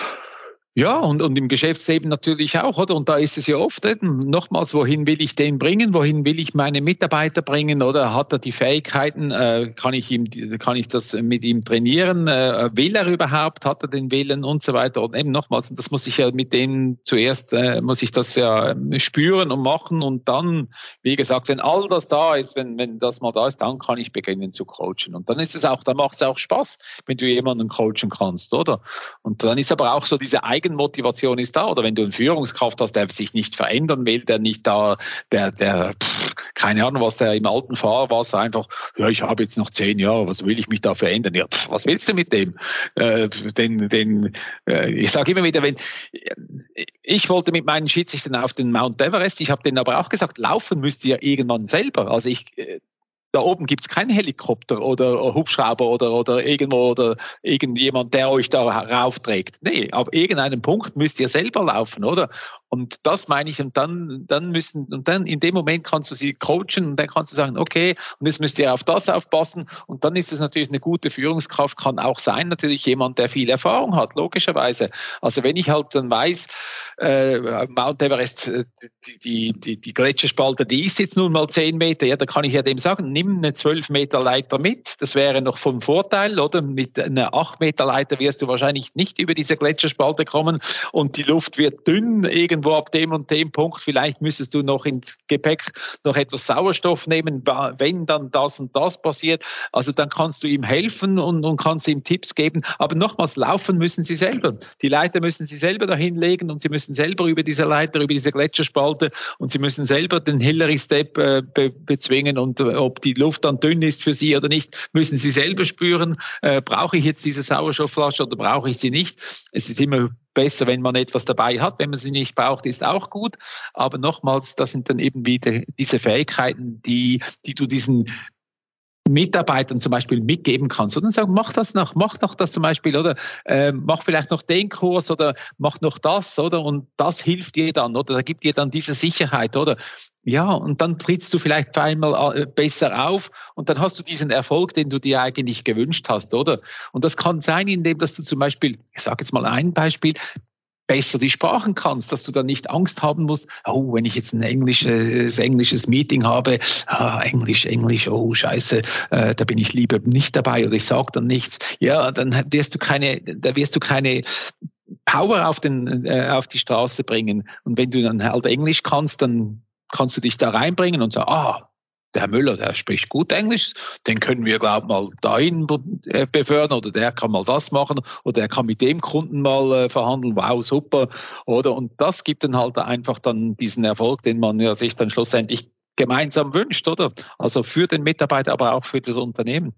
ja, und, und im Geschäftsleben natürlich auch, oder? Und da ist es ja oft, eben, nochmals, wohin will ich den bringen? Wohin will ich meine Mitarbeiter bringen? Oder hat er die Fähigkeiten? Äh, kann ich ihm, kann ich das mit ihm trainieren? Äh, will er überhaupt? Hat er den Willen? Und so weiter. Und eben nochmals, und das muss ich ja mit denen zuerst, äh, muss ich das ja spüren und machen. Und dann, wie gesagt, wenn all das da ist, wenn, wenn das mal da ist, dann kann ich beginnen zu coachen. Und dann ist es auch, dann macht es auch Spaß, wenn du jemanden coachen kannst, oder? Und dann ist aber auch so diese eigene Motivation ist da, oder wenn du eine Führungskraft hast, der sich nicht verändern will, der nicht da, der, der, pff, keine Ahnung, was der im alten Fahrwasser einfach, ja, ich habe jetzt noch zehn Jahre, was will ich mich da verändern? Ja, pff, was willst du mit dem? Äh, den, den, äh, ich sage immer wieder, wenn, ich wollte mit meinen Schiedsrichtern auf den Mount Everest, ich habe denen aber auch gesagt, laufen müsst ihr irgendwann selber. Also ich, da oben gibt's keinen Helikopter oder Hubschrauber oder, oder irgendwo oder irgendjemand, der euch da raufträgt. Nee, ab irgendeinem Punkt müsst ihr selber laufen, oder? Und das meine ich, und dann, dann müssen, und dann in dem Moment kannst du sie coachen und dann kannst du sagen, okay, und jetzt müsst ihr auf das aufpassen. Und dann ist es natürlich eine gute Führungskraft, kann auch sein, natürlich jemand, der viel Erfahrung hat, logischerweise. Also wenn ich halt dann weiß, äh, Mount Everest, die, die, die, die Gletscherspalte, die ist jetzt nun mal zehn Meter, ja, da kann ich ja dem sagen, nimm eine zwölf Meter Leiter mit. Das wäre noch vom Vorteil, oder? Mit einer acht Meter Leiter wirst du wahrscheinlich nicht über diese Gletscherspalte kommen und die Luft wird dünn, irgendwo ab dem und dem Punkt. Vielleicht müsstest du noch ins Gepäck noch etwas Sauerstoff nehmen, wenn dann das und das passiert. Also dann kannst du ihm helfen und, und kannst ihm Tipps geben. Aber nochmals, laufen müssen sie selber. Die Leiter müssen sie selber dahin legen und sie müssen selber über diese Leiter, über diese Gletscherspalte und sie müssen selber den Hillary Step äh, be- bezwingen und äh, ob die Luft dann dünn ist für sie oder nicht, müssen sie selber spüren. Äh, brauche ich jetzt diese Sauerstoffflasche oder brauche ich sie nicht? Es ist immer besser, wenn man etwas dabei hat. Wenn man sie nicht braucht, ist auch gut. Aber nochmals, das sind dann eben wieder diese Fähigkeiten, die, die du diesen Mitarbeitern zum Beispiel mitgeben kannst. Und dann sagen, mach das noch, mach noch das zum Beispiel, oder äh, mach vielleicht noch den Kurs oder mach noch das, oder? Und das hilft dir dann, oder? Da gibt dir dann diese Sicherheit, oder? Ja, und dann trittst du vielleicht einmal besser auf und dann hast du diesen Erfolg, den du dir eigentlich gewünscht hast, oder? Und das kann sein, indem dass du zum Beispiel, ich sage jetzt mal ein Beispiel, besser die Sprachen kannst, dass du dann nicht Angst haben musst, oh, wenn ich jetzt ein englisches, englisches Meeting habe, ah, Englisch, Englisch, oh, scheiße, äh, da bin ich lieber nicht dabei oder ich sage dann nichts. Ja, dann wirst du keine, da wirst du keine Power auf den, äh, auf die Straße bringen. Und wenn du dann halt Englisch kannst, dann kannst du dich da reinbringen und sagen, ah, der Herr Müller, der spricht gut Englisch, den können wir, glaube ich, mal dahin befördern oder der kann mal das machen oder der kann mit dem Kunden mal äh, verhandeln, wow, super, oder? Und das gibt dann halt einfach dann diesen Erfolg, den man ja sich dann schlussendlich gemeinsam wünscht, oder? Also für den Mitarbeiter, aber auch für das Unternehmen.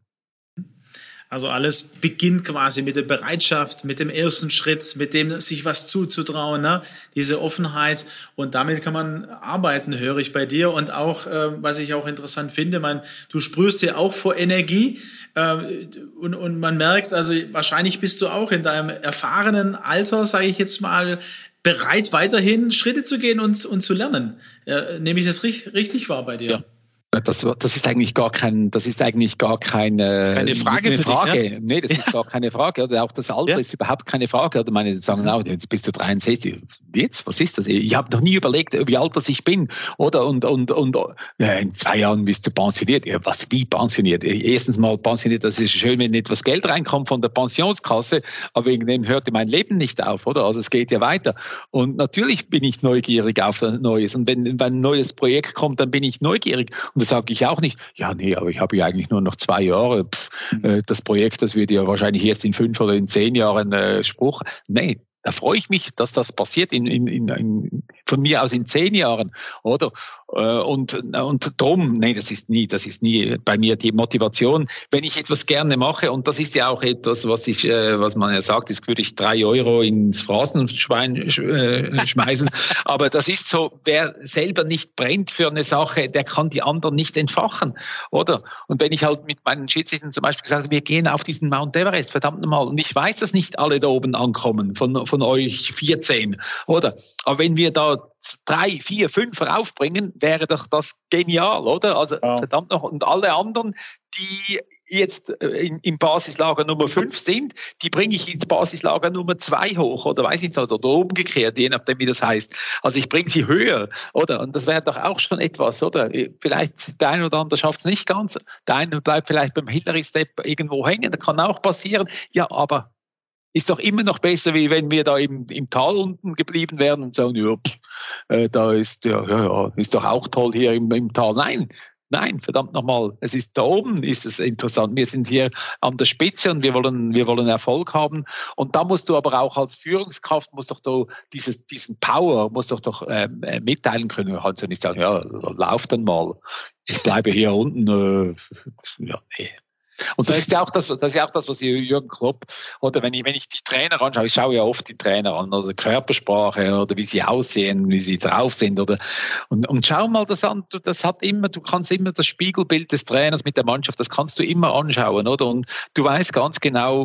Also alles beginnt quasi mit der Bereitschaft, mit dem ersten Schritt, mit dem sich was zuzutrauen, ne? Diese Offenheit, und damit kann man arbeiten, höre ich bei dir. Und auch, äh, was ich auch interessant finde, man, du sprühst ja auch vor Energie äh, und, und man merkt, also wahrscheinlich bist du auch in deinem erfahrenen Alter, sage ich jetzt mal, bereit, weiterhin Schritte zu gehen und, und zu lernen. Äh, nehme ich das richtig, richtig wahr bei dir? Ja. Das, das ist eigentlich gar kein, das ist eigentlich gar keine, das ist keine Frage. Eine Frage. Dich, ne? Nee, das ist gar keine Frage. Oder auch das Alter ja. ist überhaupt keine Frage. Oder meine sagen, na, jetzt bist du dreiundsechzig. Jetzt, was ist das? Ich habe noch nie überlegt, wie alt das ich bin. Oder und und und ja, in zwei Jahren bist du pensioniert. Ja, was wie pensioniert? Erstens mal pensioniert. Das ist schön, wenn etwas Geld reinkommt von der Pensionskasse, aber wegen dem hörte mein Leben nicht auf, oder? Also es geht ja weiter. Und natürlich bin ich neugierig auf ein Neues. Und wenn, wenn ein neues Projekt kommt, dann bin ich neugierig. Und das sage ich auch nicht, ja, nee, aber ich habe ja eigentlich nur noch zwei Jahre. Pff, äh, das Projekt, das wird ja wahrscheinlich erst in fünf oder in zehn Jahren äh, Spruch. Nee, da freue ich mich, dass das passiert in, in, in, in, von mir aus in zehn Jahren, oder? Und, und drum, nee, das ist nie, das ist nie bei mir die Motivation. Wenn ich etwas gerne mache, und das ist ja auch etwas, was ich, was man ja sagt, ist, würde ich drei Euro ins Phrasenschwein äh, schmeißen. Aber das ist so, wer selber nicht brennt für eine Sache, der kann die anderen nicht entfachen, oder? Und wenn ich halt mit meinen Schiedsrichtern zum Beispiel gesagt habe, wir gehen auf diesen Mount Everest, verdammt nochmal, und ich weiß, dass nicht alle da oben ankommen, von, von euch vierzehn, oder? Aber wenn wir da drei, vier, fünf raufbringen, wäre doch das genial, oder? Also ja. verdammt noch. Und alle anderen, die jetzt in, im Basislager Nummer fünf sind, die bringe ich ins Basislager Nummer zwei hoch, oder weiß ich nicht, oder umgekehrt, je nachdem, wie das heißt. Also ich bringe sie höher, oder? Und das wäre doch auch schon etwas, oder? Vielleicht der eine oder andere schafft es nicht ganz, der eine bleibt vielleicht beim Hillary Step irgendwo hängen, das kann auch passieren. Ja, aber ist doch immer noch besser, wie wenn wir da im, im Tal unten geblieben wären und sagen, ja, pff, äh, da ist ja, ja, ja, ist doch auch toll hier im, im Tal. Nein, nein, verdammt nochmal, es ist da oben, ist es interessant. Wir sind hier an der Spitze und wir wollen, wir wollen Erfolg haben. Und da musst du aber auch als Führungskraft, musst doch so dieses, diesen Power, musst doch doch ähm, mitteilen können. Halt so nicht sagen, ja, lauf dann mal, ich bleibe hier unten. Äh, ja, nee. Und das ist ja auch das, das ist ja auch das, was Jürgen Klopp, oder wenn ich, wenn ich die Trainer anschaue, ich schaue ja oft die Trainer an, also Körpersprache oder wie sie aussehen, wie sie drauf sind, oder, und, und schau mal das an, du, das hat immer, du kannst immer das Spiegelbild des Trainers mit der Mannschaft, das kannst du immer anschauen, oder, und du weißt ganz genau,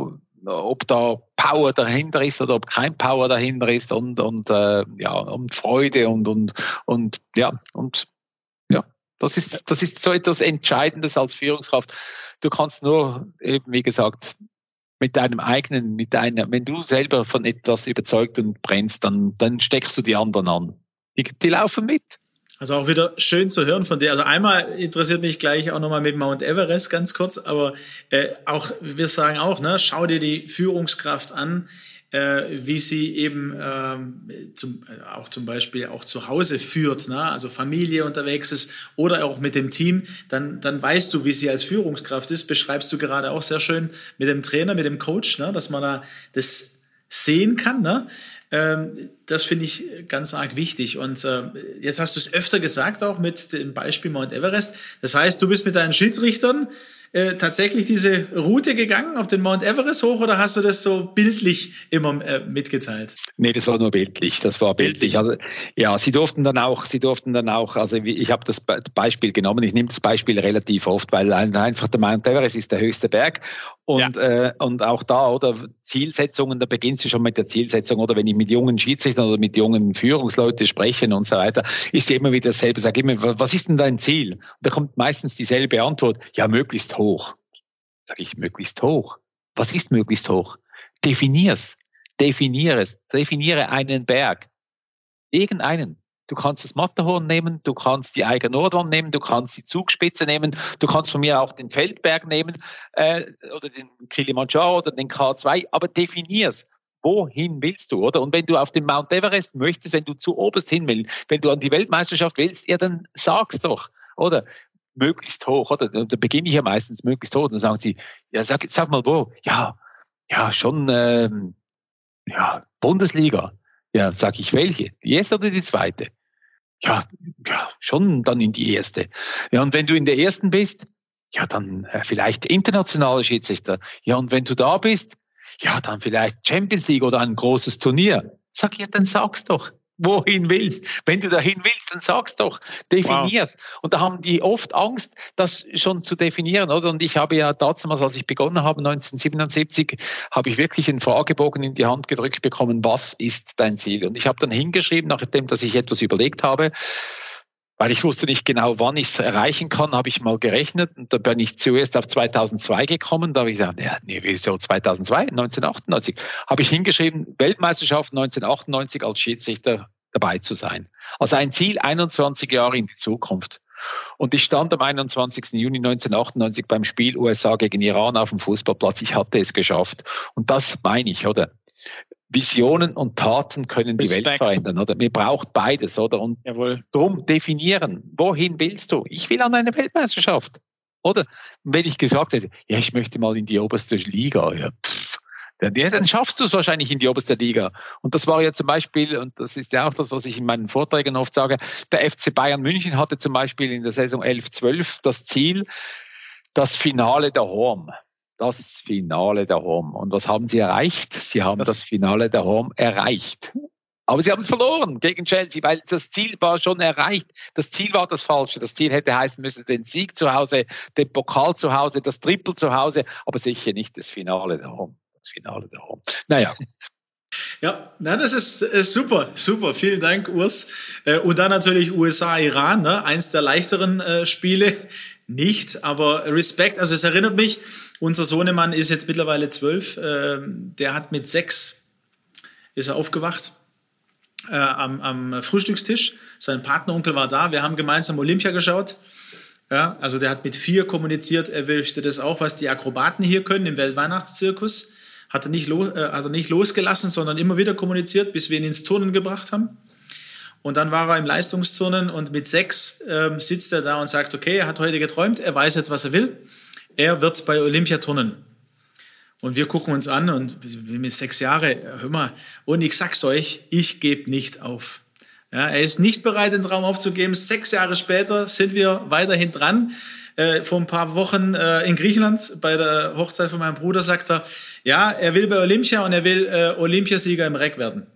ob da Power dahinter ist oder ob kein Power dahinter ist und, und äh, ja, und Freude und, und, und ja, und ja, das ist, das ist so etwas Entscheidendes als Führungskraft. Du kannst nur eben, wie gesagt, mit deinem eigenen, mit deiner, wenn du selber von etwas überzeugt und brennst, dann, dann steckst du die anderen an. Die, die laufen mit. Also auch wieder schön zu hören von dir. Also einmal interessiert mich gleich auch nochmal mit Mount Everest ganz kurz, aber äh, auch, wir sagen auch, ne, schau dir die Führungskraft an, äh, wie sie eben ähm, zum, äh, auch zum Beispiel auch zu Hause führt, ne? Also Familie unterwegs ist oder auch mit dem Team, dann, dann weißt du, wie sie als Führungskraft ist, beschreibst du gerade auch sehr schön mit dem Trainer, mit dem Coach, ne? Dass man da das sehen kann, ne? Das finde ich ganz arg wichtig. Und äh, jetzt hast du es öfter gesagt, auch mit dem Beispiel Mount Everest. Das heißt, du bist mit deinen Schiedsrichtern äh, tatsächlich diese Route gegangen auf den Mount Everest hoch oder hast du das so bildlich immer äh, mitgeteilt? Nee, das war nur bildlich. Das war bildlich. Also ja, sie durften dann auch, sie durften dann auch, also ich habe das Beispiel genommen, ich nehme das Beispiel relativ oft, weil einfach der Mount Everest ist der höchste Berg und, ja. äh, und auch da, oder Zielsetzungen, da beginnt sie schon mit der Zielsetzung, oder wenn ich mit jungen Schiedsrichtern oder mit jungen Führungsleuten spreche und so weiter, ist immer wieder dasselbe, sage immer, was ist denn dein Ziel? Und da kommt meistens dieselbe Antwort, ja, möglichst hoch. Sage ich, möglichst hoch. Was ist möglichst hoch? Definier's. Definiere es. Definiere einen Berg. Irgendeinen. Du kannst das Matterhorn nehmen, du kannst die Eiger Nordwand nehmen, du kannst die Zugspitze nehmen, du kannst von mir auch den Feldberg nehmen äh, oder den Kilimanjaro oder den K zwei, aber definier's. Wohin willst du, oder? Und wenn du auf den Mount Everest möchtest, wenn du zu oberst hin willst, wenn du an die Weltmeisterschaft willst, ja, dann sag's doch, oder? Möglichst hoch, oder? Da beginne ich ja meistens möglichst hoch. Und dann sagen sie, ja, sag, sag mal wo? Ja, ja, schon, ähm, ja, Bundesliga. Ja, sag ich, welche? Die erste oder die zweite? Ja, ja, schon dann in die erste. Ja, und wenn du in der ersten bist, ja, dann äh, vielleicht internationale Schiedsrichter. Ja, und wenn du da bist, ja, dann vielleicht Champions League oder ein großes Turnier. Sag, ja, dann sag's doch, wohin willst. Wenn du dahin willst, dann sag's doch, definier's. Wow. Und da haben die oft Angst, das schon zu definieren, oder? Und ich habe ja damals, als ich begonnen habe, neunzehnhundertsiebenundsiebzig, habe ich wirklich einen Fragebogen in die Hand gedrückt bekommen, was ist dein Ziel? Und ich habe dann hingeschrieben, nachdem, dass ich etwas überlegt habe, weil ich wusste nicht genau, wann ich es erreichen kann, habe ich mal gerechnet und da bin ich zuerst auf zweitausendzwei gekommen. Da habe ich gesagt, ja, nee, wieso zweitausendzwei? neunzehnhundertachtundneunzig. Habe ich hingeschrieben, Weltmeisterschaft neunzehnhundertachtundneunzig als Schiedsrichter dabei zu sein. Also ein Ziel, einundzwanzig Jahre in die Zukunft. Und ich stand am einundzwanzigsten Juni neunzehnhundertachtundneunzig beim Spiel U S A gegen Iran auf dem Fußballplatz. Ich hatte es geschafft. Und das meine ich, oder? Visionen und Taten können die Respekt. Welt verändern, oder? Mir braucht beides, oder? Und Jawohl. Drum definieren. Wohin willst du? Ich will an eine Weltmeisterschaft, oder? Und wenn ich gesagt hätte, ja, ich möchte mal in die oberste Liga, ja, pff, dann, ja, dann schaffst du es wahrscheinlich in die oberste Liga. Und das war ja zum Beispiel, und das ist ja auch das, was ich in meinen Vorträgen oft sage, der F C Bayern München hatte zum Beispiel in der Saison elf zwölf das Ziel, das Finale der Horm. Das Finale der Horm. Und was haben sie erreicht? Sie haben das, das Finale der Horm erreicht. Aber sie haben es verloren gegen Chelsea, weil das Ziel war schon erreicht. Das Ziel war das Falsche. Das Ziel hätte heißen müssen, den Sieg zu Hause, den Pokal zu Hause, das Triple zu Hause, aber sicher nicht das Finale der Horm. Das Finale der Horm. Naja, gut. Ja, na, das ist, ist super, super. Vielen Dank, Urs. Und dann natürlich U S A, Iran, ne? Eins der leichteren äh, Spiele. Nicht, aber Respekt. Also es erinnert mich, unser Sohnemann ist jetzt mittlerweile zwölf. Äh, der hat mit sechs, ist er aufgewacht äh, am, am Frühstückstisch. Sein Patenonkel war da. Wir haben gemeinsam Olympia geschaut. Ja, also der hat mit vier kommuniziert, er möchte das auch, was die Akrobaten hier können im Weltweihnachtszirkus. Hat er nicht, lo- äh, hat er nicht losgelassen, sondern immer wieder kommuniziert, bis wir ihn ins Turnen gebracht haben. Und dann war er im Leistungsturnen und mit sechs ähm, sitzt er da und sagt, okay, er hat heute geträumt, er weiß jetzt, was er will. Er wird bei Olympia turnen. Und wir gucken uns an und wir mit sechs Jahre, hör mal, und ich sag's euch, ich gebe nicht auf. Ja, er ist nicht bereit, den Traum aufzugeben. Sechs Jahre später sind wir weiterhin dran. Äh, vor ein paar Wochen äh, in Griechenland bei der Hochzeit von meinem Bruder sagt er, ja, er will bei Olympia und er will äh, Olympiasieger im Reck werden.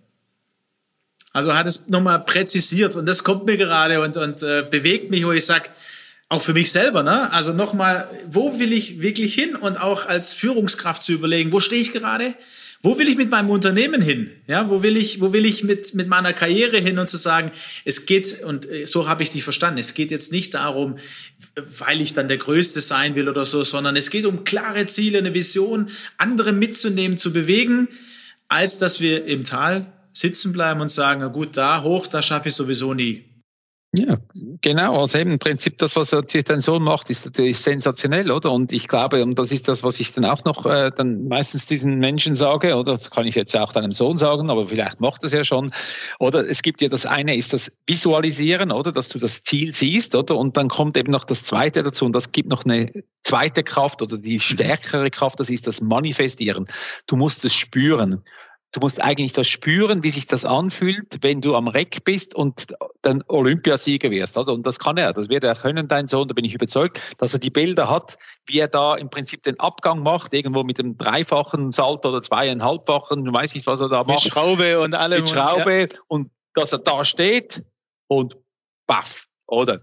Also hat es nochmal präzisiert und das kommt mir gerade und, und äh, bewegt mich, wo ich sage, Auch für mich selber, ne? Also nochmal, wo will ich wirklich hin und auch als Führungskraft zu überlegen, wo stehe ich gerade? Wo will ich mit meinem Unternehmen hin? Ja, wo will ich, wo will ich mit, mit meiner Karriere hin und zu sagen, es geht, und so habe ich dich verstanden, es geht jetzt nicht darum, weil ich dann der Größte sein will oder so, sondern es geht um klare Ziele, eine Vision, andere mitzunehmen, zu bewegen, als dass wir im Tal sitzen bleiben und sagen, na gut, da hoch, da schaffe ich sowieso nie. Ja, genau. Also eben im Prinzip das, was natürlich dein Sohn macht, ist natürlich sensationell, oder? Und ich glaube, und das ist das, was ich dann auch noch äh, dann meistens diesen Menschen sage, oder das kann ich jetzt auch deinem Sohn sagen, aber vielleicht macht es ja schon. Oder es gibt ja das eine, ist das Visualisieren, oder? Dass du das Ziel siehst, oder? Und dann kommt eben noch das Zweite dazu und das gibt noch eine zweite Kraft oder die stärkere Kraft, das ist das Manifestieren. Du musst es spüren. Du musst eigentlich das spüren, wie sich das anfühlt, wenn du am Reck bist und dann Olympiasieger wirst. Und das kann er, das wird er können, dein Sohn, da bin ich überzeugt, dass er die Bilder hat, wie er da im Prinzip den Abgang macht, irgendwo mit einem dreifachen Salto oder zweieinhalbfachen, du weißt nicht, was er da macht. Mit Schraube und allem. Mit Schraube ja. Und dass er da steht und baff, oder?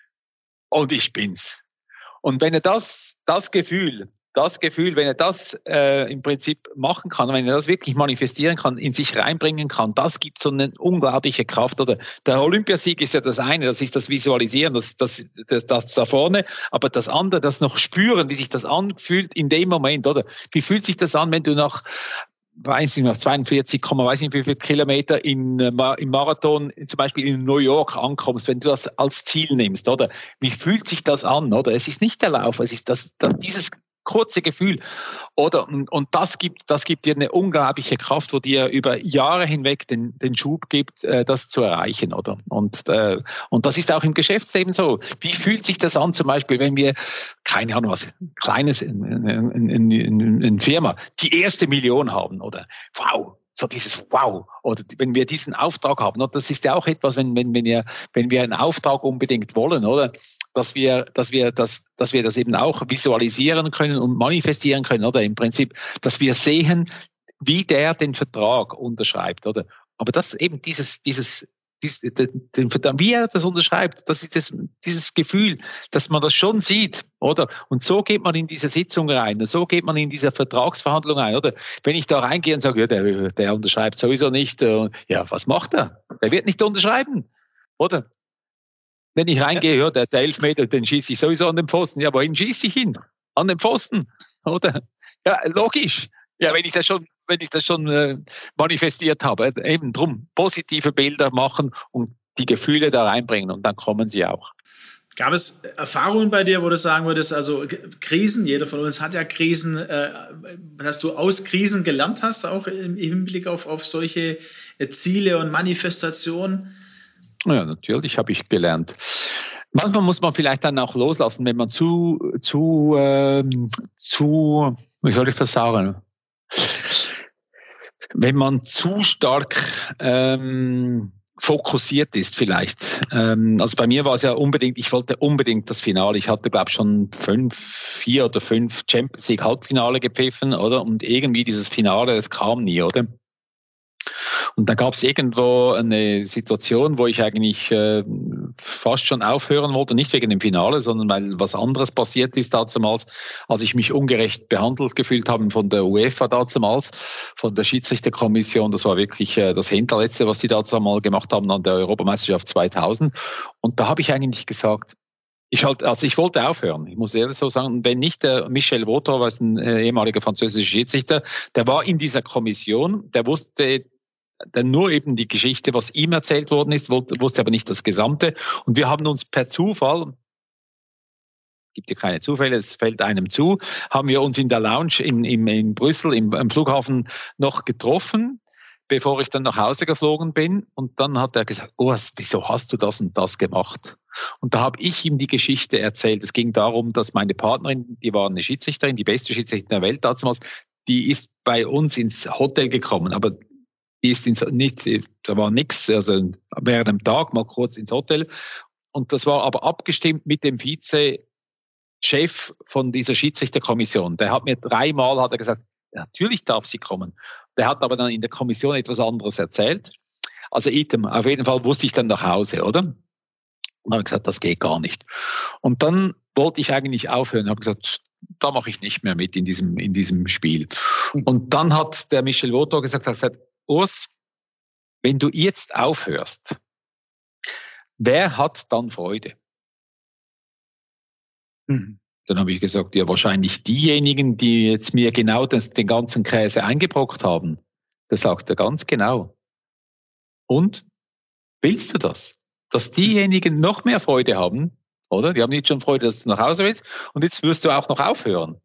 Und ich bin's. Und wenn er das, das Gefühl... Das Gefühl, wenn er das äh, im Prinzip machen kann, wenn er das wirklich manifestieren kann, in sich reinbringen kann, das gibt so eine unglaubliche Kraft. Oder der Olympiasieg ist ja das eine, das ist das Visualisieren, das, das, das, das da vorne, aber das andere, das noch spüren, wie sich das anfühlt in dem Moment, oder? Wie fühlt sich das an, wenn du nach weiß nicht, nach zweiundvierzig, weiß nicht wie viele Kilometer in, im Marathon zum Beispiel in New York ankommst, wenn du das als Ziel nimmst, oder? Wie fühlt sich das an, oder? Es ist nicht der Lauf, es ist das, das dieses kurze Gefühl, oder? Und, und das gibt, das gibt dir eine unglaubliche Kraft, wo dir über Jahre hinweg den, den Schub gibt, äh, das zu erreichen, oder? Und, äh, und das ist auch im Geschäftsleben so. Wie fühlt sich das an, zum Beispiel, wenn wir, keine Ahnung was, kleines, eine, eine, eine, eine Firma, die erste Million haben, oder? Wow! So dieses Wow, oder wenn wir diesen Auftrag haben, oder? Das ist ja auch etwas, wenn, wenn, wenn wir, wenn wir einen Auftrag unbedingt wollen, oder? Dass wir, dass wir das, dass wir das eben auch visualisieren können und manifestieren können, oder? Im Prinzip, dass wir sehen, wie der den Vertrag unterschreibt, oder? Aber das eben dieses, dieses, dieses den, den, wie er das unterschreibt, das ist das, dieses Gefühl, dass man das schon sieht, oder? Und so geht man in diese Sitzung rein, so geht man in diese Vertragsverhandlung rein, oder? Wenn ich da reingehe und sage, ja, der, der unterschreibt sowieso nicht, äh, ja, was macht er? Der wird nicht unterschreiben, oder? Wenn ich reingehe, ja, der, der Elfmeter, den schieße ich sowieso an den Pfosten. Ja, wohin schieße ich ihn? An den Pfosten, oder? Ja, logisch. Ja, wenn ich das schon, wenn ich das schon äh, manifestiert habe, eben drum positive Bilder machen und die Gefühle da reinbringen und dann kommen sie auch. Gab es Erfahrungen bei dir, wo du sagen würdest, also Krisen, jeder von uns hat ja Krisen, äh, dass du aus Krisen gelernt hast, auch im Hinblick auf, auf solche Ziele und Manifestationen? Ja, natürlich habe ich gelernt. Manchmal muss man vielleicht dann auch loslassen, wenn man zu, zu, ähm, zu, wie soll ich das sagen? Wenn man zu stark ähm, fokussiert ist vielleicht. Ähm, also bei mir war es ja unbedingt, ich wollte unbedingt das Finale. Ich hatte, glaube ich, schon fünf, vier oder fünf Champions League Halbfinale gepfiffen, oder? Und irgendwie dieses Finale, das kam nie, oder? Und da gab es irgendwo eine Situation, wo ich eigentlich äh, fast schon aufhören wollte, nicht wegen dem Finale, sondern weil was anderes passiert ist damals, als ich mich ungerecht behandelt gefühlt habe von der UEFA damals, von der Schiedsrichterkommission. Das war wirklich äh, das Hinterletzte, was sie damals gemacht haben an der Europameisterschaft zweitausend. Und da habe ich eigentlich gesagt, Ich halt, also ich wollte aufhören. Ich muss ehrlich so sagen, wenn nicht der Michel Vautrin, was ein äh, ehemaliger französischer Schiedsrichter, der war in dieser Kommission, der wusste dann nur eben die Geschichte, was ihm erzählt worden ist, wusste aber nicht das Gesamte. Und wir haben uns per Zufall, gibt ja keine Zufälle, es fällt einem zu, haben wir uns in der Lounge in, in, in Brüssel, im, im Flughafen noch getroffen, bevor ich dann nach Hause geflogen bin. Und dann hat er gesagt, oh, wieso hast du das und das gemacht? Und da habe ich ihm die Geschichte erzählt. Es ging darum, dass meine Partnerin, die war eine Schiedsrichterin, die beste Schiedsrichterin der Welt damals, die ist bei uns ins Hotel gekommen, aber die ist ins, nicht, da war nichts, also während dem Tag mal kurz ins Hotel. Und das war aber abgestimmt mit dem Vize-Chef von dieser Schiedsrichterkommission. Der hat mir dreimal hat er gesagt, natürlich darf sie kommen. Der hat aber dann in der Kommission etwas anderes erzählt. Also Item, auf jeden Fall musste ich dann nach Hause, oder? Und habe gesagt, das geht gar nicht. Und dann wollte ich eigentlich aufhören, habe gesagt, da mache ich nicht mehr mit in diesem, in diesem Spiel. Und dann hat der Michel Vautreau gesagt, hat gesagt, Urs, wenn du jetzt aufhörst, wer hat dann Freude? Mhm. Dann habe ich gesagt, ja, wahrscheinlich diejenigen, die jetzt mir genau das, den ganzen Käse eingebrockt haben. Das sagt er ganz genau. Und willst du das? Dass diejenigen noch mehr Freude haben, oder? Die haben jetzt schon Freude, dass du nach Hause willst, und jetzt wirst du auch noch aufhören.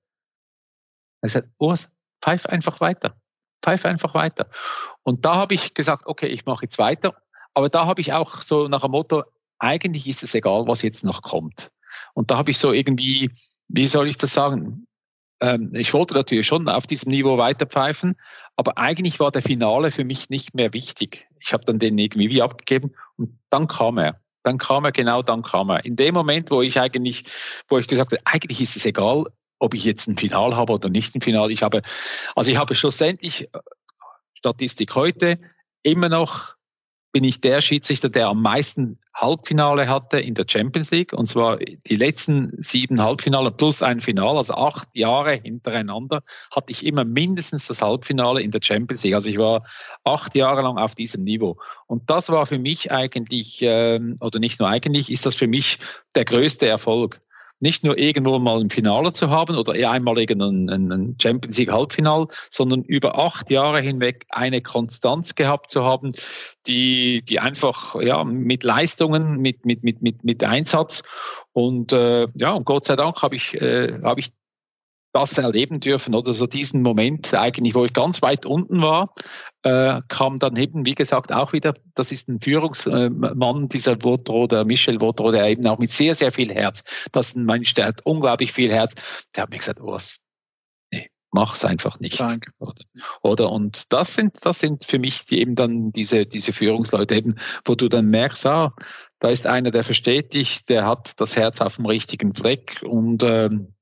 Er sagt, Urs, pfeif einfach weiter. Pfeif einfach weiter. Und da habe ich gesagt, okay, ich mache jetzt weiter. Aber da habe ich auch so nach dem Motto, eigentlich ist es egal, was jetzt noch kommt. Und da habe ich so irgendwie, wie soll ich das sagen? Ähm, ich wollte natürlich schon auf diesem Niveau weiter pfeifen, aber eigentlich war der Finale für mich nicht mehr wichtig. Ich habe dann den irgendwie wie abgegeben und dann kam er. Dann kam er, genau dann kam er. In dem Moment, wo ich eigentlich, wo ich gesagt habe, eigentlich ist es egal, ob ich jetzt ein Final habe oder nicht ein Final. Ich habe, also ich habe schlussendlich, Statistik heute, immer noch bin ich der Schiedsrichter, der am meisten Halbfinale hatte in der Champions League. Und zwar die letzten sieben Halbfinale plus ein Finale, also acht Jahre hintereinander, hatte ich immer mindestens das Halbfinale in der Champions League. Also ich war acht Jahre lang auf diesem Niveau. Und das war für mich eigentlich, ähm, oder nicht nur eigentlich, ist das für mich der größte Erfolg. Nicht nur irgendwo mal ein Finale zu haben oder eher einmal ein Champions League Halbfinale, sondern über acht Jahre hinweg eine Konstanz gehabt zu haben, die, die einfach, ja, mit Leistungen, mit, mit, mit, mit, mit Einsatz und, äh, ja, und Gott sei Dank habe ich, äh, habe ich das erleben dürfen oder so diesen Moment eigentlich, wo ich ganz weit unten war, äh, kam dann eben, wie gesagt, auch wieder, das ist ein Führungsmann, dieser Vautreau, der Michel Vautreau, der eben auch mit sehr, sehr viel Herz, das ist ein Mensch, der hat unglaublich viel Herz, der hat mir gesagt, oh, nee, mach's einfach nicht. Danke. Oder, oder, und das sind, das sind für mich die eben dann diese, diese Führungsleute eben, wo du dann merkst, ah, da ist einer, der versteht dich, der hat das Herz auf dem richtigen Fleck und, ähm,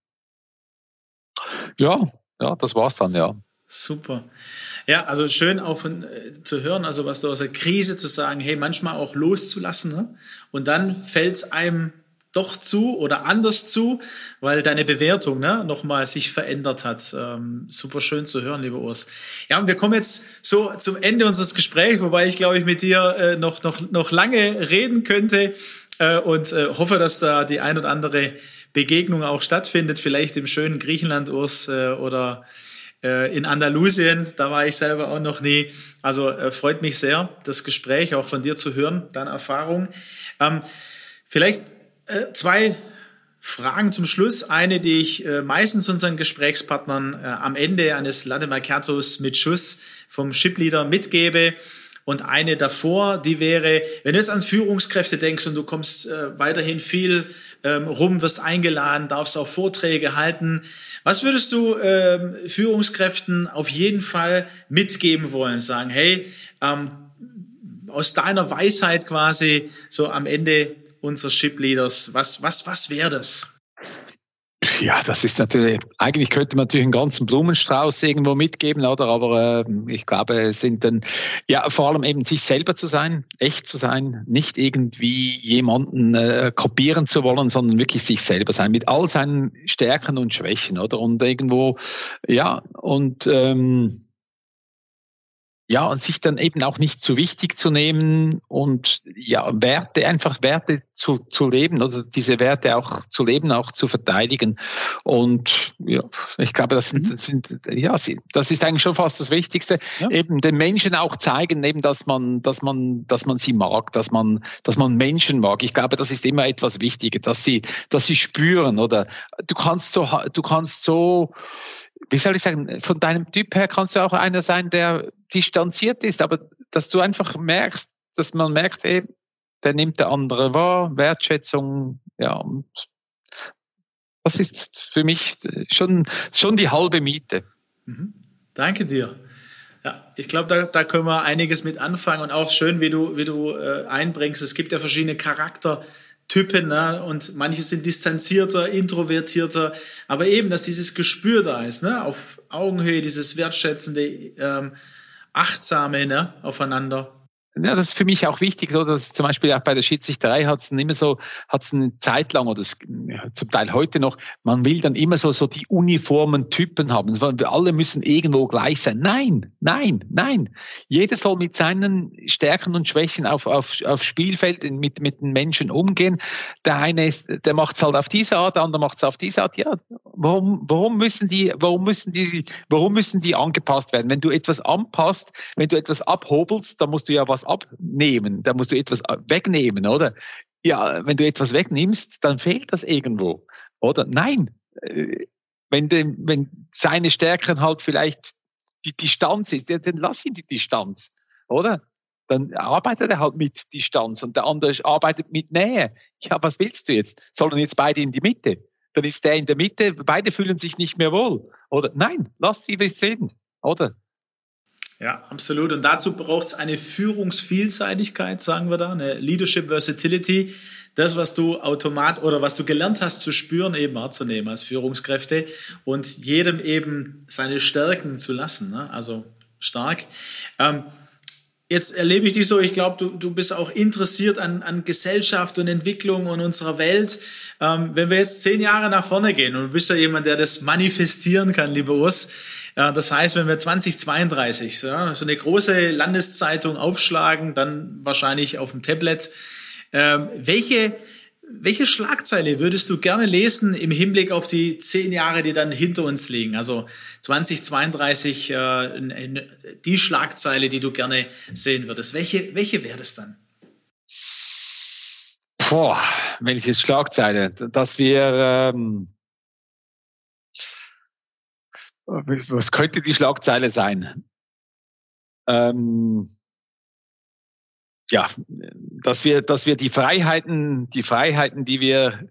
Ja, ja, das war's dann, ja. Super. Ja, also schön auch von, äh, zu hören, also was du aus der Krise zu sagen, hey, manchmal auch loszulassen, ne? Und dann fällt's einem doch zu oder anders zu, weil deine Bewertung, ne, nochmal sich verändert hat. Ähm, super schön zu hören, lieber Urs. Ja, und wir kommen jetzt so zum Ende unseres Gesprächs, wobei ich, glaube ich, mit dir äh, noch, noch, noch lange reden könnte äh, und äh, hoffe, dass da die ein oder andere Begegnung auch stattfindet, vielleicht im schönen Griechenland, Urs, äh, oder äh, in Andalusien, da war ich selber auch noch nie. Also äh, freut mich sehr, das Gespräch auch von dir zu hören, deine Erfahrung. Ähm, vielleicht äh, zwei Fragen zum Schluss. Eine, die ich äh, meistens unseren Gesprächspartnern äh, am Ende eines Latte Macchiatos mit Schuss vom Shipleader mitgebe. Und eine davor, die wäre, wenn du jetzt an Führungskräfte denkst und du kommst äh, weiterhin viel ähm, rum, wirst eingeladen, darfst auch Vorträge halten. Was würdest du ähm, Führungskräften auf jeden Fall mitgeben wollen? Sagen, hey, ähm, aus deiner Weisheit quasi so am Ende unseres Shipleaders, was, was, was wäre das? Ja, das ist natürlich, eigentlich könnte man natürlich einen ganzen Blumenstrauß irgendwo mitgeben, oder? Aber äh, ich glaube, es sind dann, ja, vor allem eben sich selber zu sein, echt zu sein, nicht irgendwie jemanden äh, kopieren zu wollen, sondern wirklich sich selber sein, mit all seinen Stärken und Schwächen, oder? Und irgendwo, ja, und ähm, ja, und sich dann eben auch nicht zu wichtig zu nehmen und ja, Werte, einfach Werte zu, zu leben oder diese Werte auch zu leben, auch zu verteidigen. Und ja, ich glaube, das sind, das sind ja, das ist eigentlich schon fast das Wichtigste. Ja. Eben den Menschen auch zeigen, eben, dass man, dass man, dass man sie mag, dass man, dass man Menschen mag. Ich glaube, das ist immer etwas Wichtiger, dass sie, dass sie spüren, oder du kannst so, du kannst so, wie soll ich sagen, von deinem Typ her kannst du auch einer sein, der distanziert ist, aber dass du einfach merkst, dass man merkt, ey, der nimmt der andere wahr, Wertschätzung, ja, und das ist für mich schon, schon die halbe Miete. Mhm. Danke dir. Ja, ich glaube, da, da können wir einiges mit anfangen und auch schön, wie du, wie du äh, einbringst. Es gibt ja verschiedene Charaktertypen, ne? Und manche sind distanzierter, introvertierter, aber eben, dass dieses Gespür da ist, ne? Auf Augenhöhe, dieses wertschätzende, ähm, achtsame, ne? Aufeinander. ja, das ist für mich auch wichtig, so dass zum Beispiel auch bei der Schiedsrichterei hat es immer so, hat es eine Zeit lang oder zum Teil heute noch, man will dann immer so, so die uniformen Typen haben. Alle müssen irgendwo gleich sein. Nein, nein, nein. Jeder soll mit seinen Stärken und Schwächen auf, auf, auf Spielfeld mit, mit den Menschen umgehen. Der eine ist, der macht es halt auf diese Art, der andere macht es auf diese Art. Ja, warum, warum müssen die, warum müssen die, warum müssen die angepasst werden? Wenn du etwas anpasst, wenn du etwas abhobelst, dann musst du ja was abnehmen, da musst du etwas wegnehmen, oder? Ja, wenn du etwas wegnimmst, dann fehlt das irgendwo, oder? Nein, wenn, dem, wenn seine Stärken halt vielleicht die Distanz ist, dann lass ihn die Distanz, oder? Dann arbeitet er halt mit Distanz und der andere arbeitet mit Nähe. Ja, was willst du jetzt? Sollen jetzt beide in die Mitte? Dann ist der in der Mitte, beide fühlen sich nicht mehr wohl, oder? Nein, lass sie, wie sie sind, oder? Ja, absolut. Und dazu braucht es eine Führungsvielseitigkeit, sagen wir da, eine Leadership Versatility. Das, was du automat oder was du gelernt hast zu spüren, eben wahrzunehmen als Führungskräfte und jedem eben seine Stärken zu lassen. Ne? Also stark. Ähm, Jetzt erlebe ich dich so, ich glaube, du, du bist auch interessiert an, an Gesellschaft und Entwicklung und unserer Welt. Ähm, wenn wir jetzt zehn Jahre nach vorne gehen und du bist ja jemand, der das manifestieren kann, lieber Urs. Äh, das heißt, wenn wir zweitausendzweiunddreißig ja, so eine große Landeszeitung aufschlagen, dann wahrscheinlich auf dem Tablet. Ähm, welche, welche Schlagzeile würdest du gerne lesen im Hinblick auf die zehn Jahre, die dann hinter uns liegen? Also zweitausendzweiunddreißig, äh, die Schlagzeile, die du gerne sehen würdest. Welche, welche wäre das dann? Boah, welche Schlagzeile? Dass wir, ähm, was könnte die Schlagzeile sein? Ähm, ja, dass wir, dass wir die Freiheiten, die Freiheiten, die wir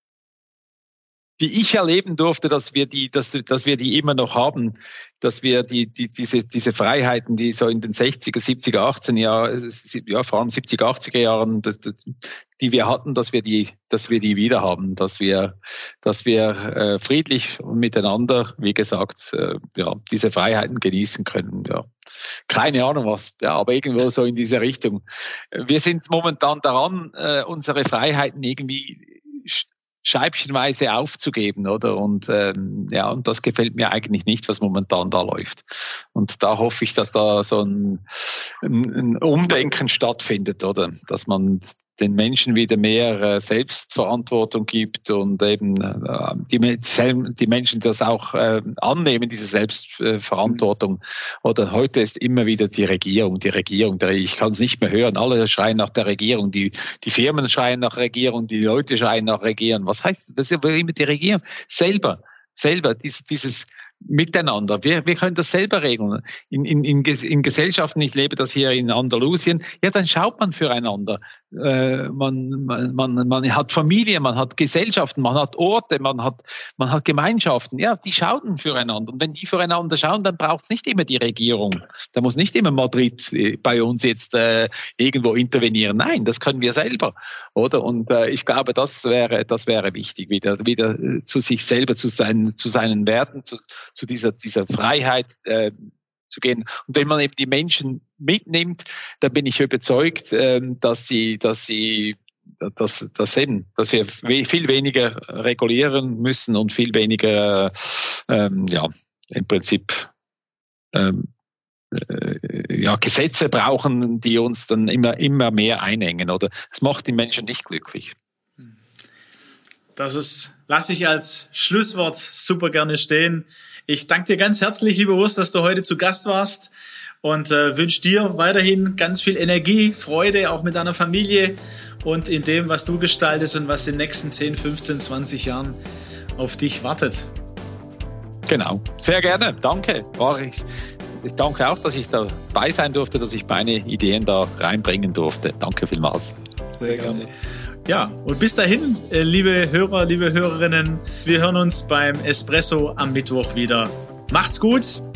die ich erleben durfte, dass wir die, dass, dass wir die immer noch haben, dass wir die, die, diese, diese Freiheiten, die so in den sechziger, siebziger, achtziger Jahren, ja, vor allem siebziger, achtziger Jahren, das, das, die wir hatten, dass wir die, dass wir die wieder haben, dass wir, dass wir äh, friedlich und miteinander, wie gesagt, äh, ja, diese Freiheiten genießen können, ja. Keine Ahnung was, ja, aber irgendwo so in diese Richtung. Wir sind momentan daran, äh, unsere Freiheiten irgendwie scheibchenweise aufzugeben, oder? Und ähm, ja, und das gefällt mir eigentlich nicht, was momentan da läuft. Und da hoffe ich, dass da so ein, ein, ein Umdenken stattfindet, oder? Dass man den Menschen wieder mehr äh, Selbstverantwortung gibt und eben äh, die, die Menschen das auch äh, annehmen, diese Selbstverantwortung. Mhm. Oder heute ist immer wieder die Regierung, die Regierung. Der, ich kann es nicht mehr hören. Alle schreien nach der Regierung. Die, die Firmen schreien nach Regierung, die Leute schreien nach Regierung. Was heißt das? Ist immer die Regierung selber, selber dieses, dieses Miteinander. Wir, wir können das selber regeln. In, in, in, in Gesellschaften, ich lebe das hier in Andalusien, ja, dann schaut man füreinander. Äh, man, man, man, man hat Familie, man hat Gesellschaften, man hat Orte, man hat, man hat Gemeinschaften. Ja, die schauen füreinander. Und wenn die füreinander schauen, dann braucht es nicht immer die Regierung. Da muss nicht immer Madrid bei uns jetzt äh, irgendwo intervenieren. Nein, das können wir selber, oder? Und äh, ich glaube, das wäre, das wäre wichtig, wieder, wieder zu sich selber, zu seinen, zu seinen Werten, zu zu dieser, dieser Freiheit äh, zu gehen. Und wenn man eben die Menschen mitnimmt, dann bin ich überzeugt, äh, dass sie, dass sie, dass, dass eben, dass wir viel weniger regulieren müssen und viel weniger, ähm, ja, im Prinzip, ähm, äh, ja, Gesetze brauchen, die uns dann immer, immer mehr einengen, oder? Das macht die Menschen nicht glücklich. Das ist, lasse ich als Schlusswort super gerne stehen. Ich danke dir ganz herzlich, lieber Urs, dass du heute zu Gast warst und äh, wünsche dir weiterhin ganz viel Energie, Freude, auch mit deiner Familie und in dem, was du gestaltest und was in den nächsten zehn, fünfzehn, zwanzig Jahren auf dich wartet. Genau, sehr gerne, danke. War ich, ich danke auch, dass ich dabei sein durfte, dass ich meine Ideen da reinbringen durfte. Danke vielmals. Sehr gerne. Ja, und bis dahin, liebe Hörer, liebe Hörerinnen, wir hören uns beim Espresso am Mittwoch wieder. Macht's gut!